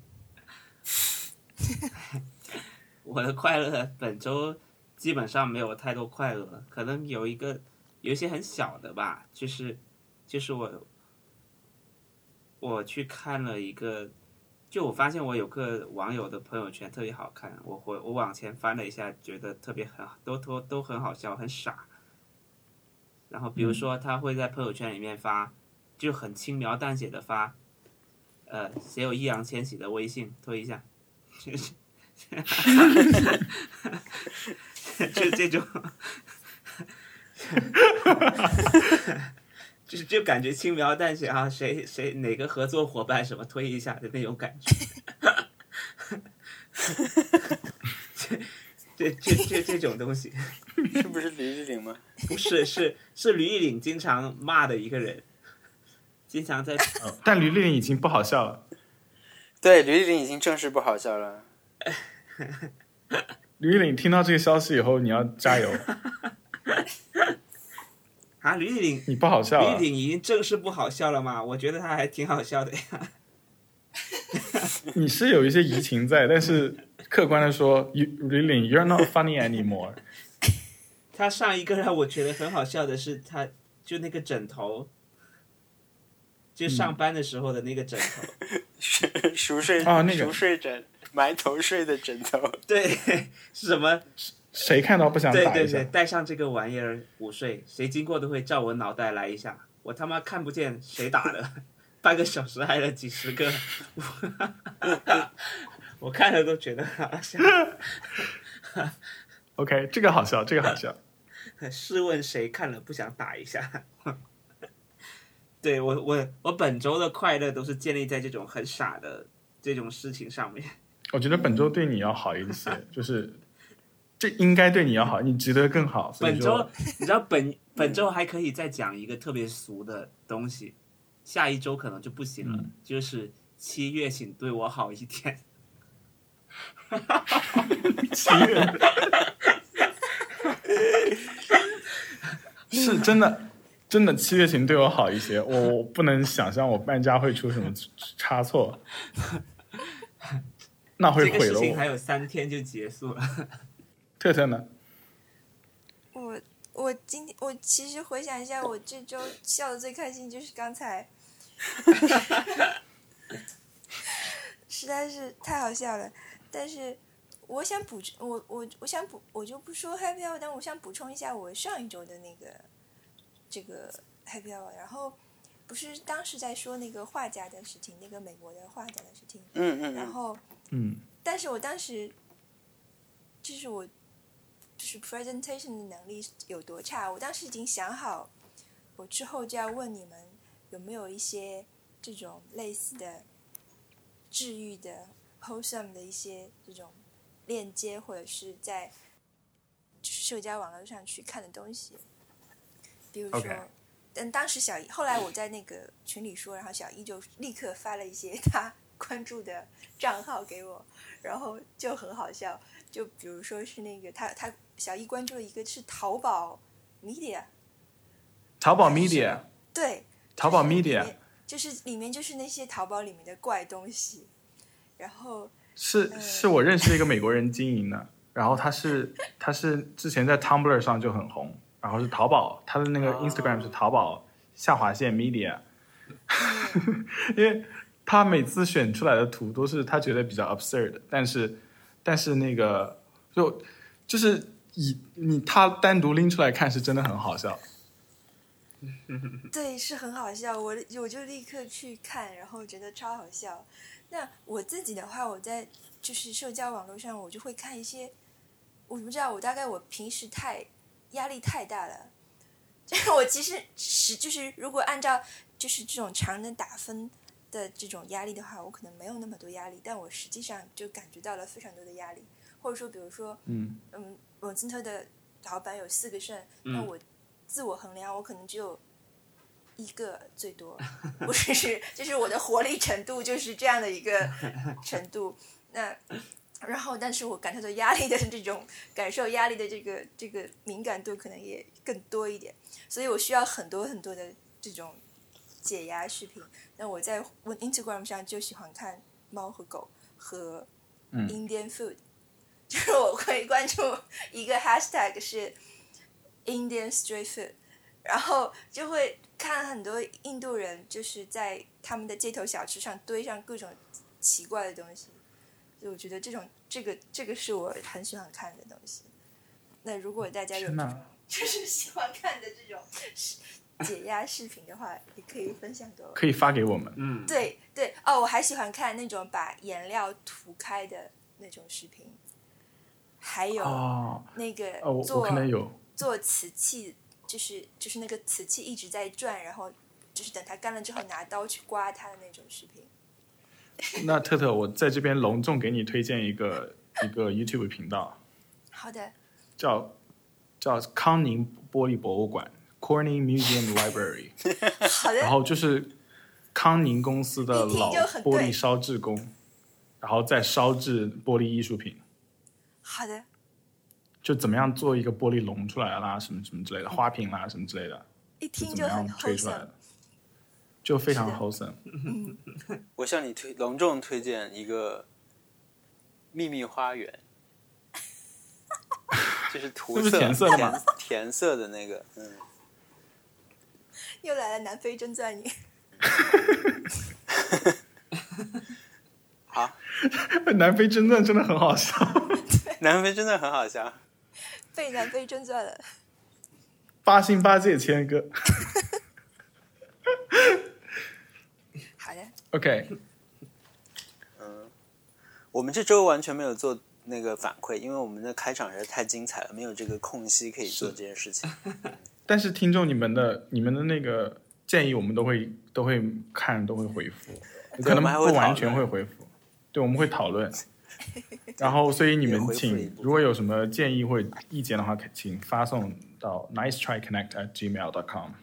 我的快乐本周基本上没有太多快乐，可能有一个有一些很小的吧，就是就是我我去看了一个，就我发现我有个网友的朋友圈特别好看，我回我往前翻了一下，觉得特别很都都都很好笑，很傻。然后比如说他会在朋友圈里面发，就很轻描淡写的发，呃，谁有易烊千玺的微信推一下，就是就这种，就是就感觉轻描淡写啊，谁谁哪个合作伙伴什么推一下的那种感觉，这这这这这种东西， 是不是李丽玲吗？ 不是是是吕艺领经常骂的一个人，经常在， 哦但吕丽玲已经不好笑了。 对，李丽玲已经正式不好笑了。 吕丽玲听到这个消息以后，你要加油， 啊，吕艺领你不好笑了吕艺。领已经正式不好笑了吗？我觉得他还挺好笑的呀。 你是有一些移情在，但是客观的说，You really you're not funny anymore。 他上一个让我觉得很好笑的是他，就那个枕头，就上班的时候的那个枕头， 熟睡啊那个熟睡枕，埋头睡的枕头。 对，是什么？ 谁看到不想打一下？ 对对对，带上这个玩意儿午睡，谁经过都会照我脑袋来一下。我他妈看不见谁打的，半个小时挨了几十个，我看了都觉得好笑。 OK， 这个好笑，这个好笑。 试问谁看了不想打一下？对我我我本周的快乐都是建立在这种很傻的这种事情上面。 我觉得本周对你要好一些，就是这应该对你要好，你值得更好。所以本周你知道本本周还可以再讲一个特别俗的东西，下一周可能就不行了， 嗯、 就是七月请对我好一点。 七月是真的，真的七月请对我好一些。我不能想象我搬家会出什么差错，那会毁了这个事情我。 还有三天就结束了。 特特呢？ 我我今天我其实回想一下，我这周笑的最开心就是刚才，实在是太好笑了。但是我想补充，我我我想补，我就不说 Happy Hour，但我想补充一下我上一周的那个这个 Happy Hour。然后不是当时在说那个画家的事情，那个美国的画家的事情。 嗯嗯。 然后， 嗯， 但是我当时就是我就是 presentation 的能力有多差，我当时已经想好，我之后就要问你们有没有一些这种类似的治愈的 wholesome 的一些这种链接，或者是在就是社交网络上去看的东西，比如说。 Okay. 但当时小一，后来我在那个群里说，然后小一就立刻发了一些他关注的账号给我，然后就很好笑。就比如说是那个他他小一关注了一个是淘宝 media， 淘宝 media， 对， 淘宝 media 就是里面就是那些淘宝里面的怪东西，然后是、呃、是我认识的一个美国人经营的，然后他是他是之前在 Tumblr 上就很红。然后是淘宝，他的那个 Instagram 是淘宝下划线 media， 因为他每次选出来的图都是他觉得比较 absurd， 但是但是那个就就是以你他单独拎出来看是真的很好笑。 对，是很好笑，我我就立刻去看，然后觉得超好笑。那我自己的话，我在就是社交网络上，我就会看一些，我不知道，我大概我平时太。压力太大了，就是我其实是就是如果按照就是这种常人打分的这种压力的话，我可能没有那么多压力，但我实际上就感觉到了非常多的压力。或者说，比如说， 嗯嗯，文森特的老板有四个肾， 嗯、 那我自我衡量，我可能只有一个最多，不是是就是我的活力程度就是这样的一个程度，那。然后，但是我感受到压力的这种感受，压力的这个这个敏感度可能也更多一点，所以我需要很多很多的这种解压视频。那我在 Instagram 上就喜欢看猫和狗和 Indian food，、嗯、就是我会关注一个 hashtag 是 Indian street food， 然后就会看很多印度人就是在他们的街头小吃上堆上各种奇怪的东西。我觉得这种这个这个是我很喜欢看的东西。那如果大家有这种就是喜欢看的这种解压视频的话，也可以分享给我， 可以发给我们。 嗯， 对对哦，我还喜欢看那种把颜料涂开的那种视频，还有那个做、 哦哦、我可能有做瓷器，就是就是那个瓷器一直在转，然后就是等它干了之后拿刀去刮它的那种视频。 那特特，我在这边隆重给你推荐一个一个 YouTube 频道。 好的。 叫叫康宁玻璃博物馆 Corning Museum Library。 好的。 然后就是康宁公司的老玻璃烧制工，然后再烧制玻璃艺术品。 好的。 就怎么样做一个玻璃龙出来啦，什么什么之类的，花瓶啦什么之类的， 一听就怎么样推出来的。就非常 wholesome。 嗯， 我向你推隆重推荐一个秘密花园，就是涂色是甜色的吗？ 甜, 甜色的那个，嗯。 又来了南非针钻你。 好， 南非针钻真的很好笑。 南非真的很好笑。 被南非针钻了。 八星八戒千个。 好的 ，OK， 嗯，我们这周完全没有做那个反馈，因为我们的开场实在太精彩了，没有这个空隙可以做这件事情。 但是听众你们的你们的那个建议，我们都会都会看，都会回复，可能不完全会回复，对，我们会讨论。然后，所以你们请如果有什么建议或者意见的话，请发送到 nice try connect at gmail dot com。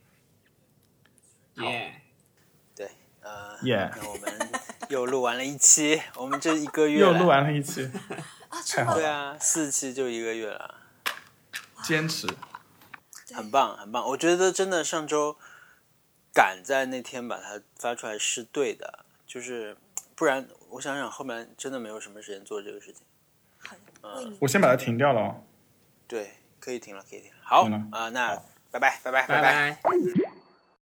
耶， 对，呃， yeah. 那我们又录完了一期，我们这一个月又录完了一期，太好了。 对啊，四期就一个月了， 坚持， 很棒，很棒。我觉得真的上周赶在那天把它发出来是对的，就是不然我想想后面真的没有什么时间做这个事情。 嗯， 我先把它停掉了哦。 对，可以停了，可以停了。好啊、呃，那拜拜，拜拜，拜拜。 拜拜。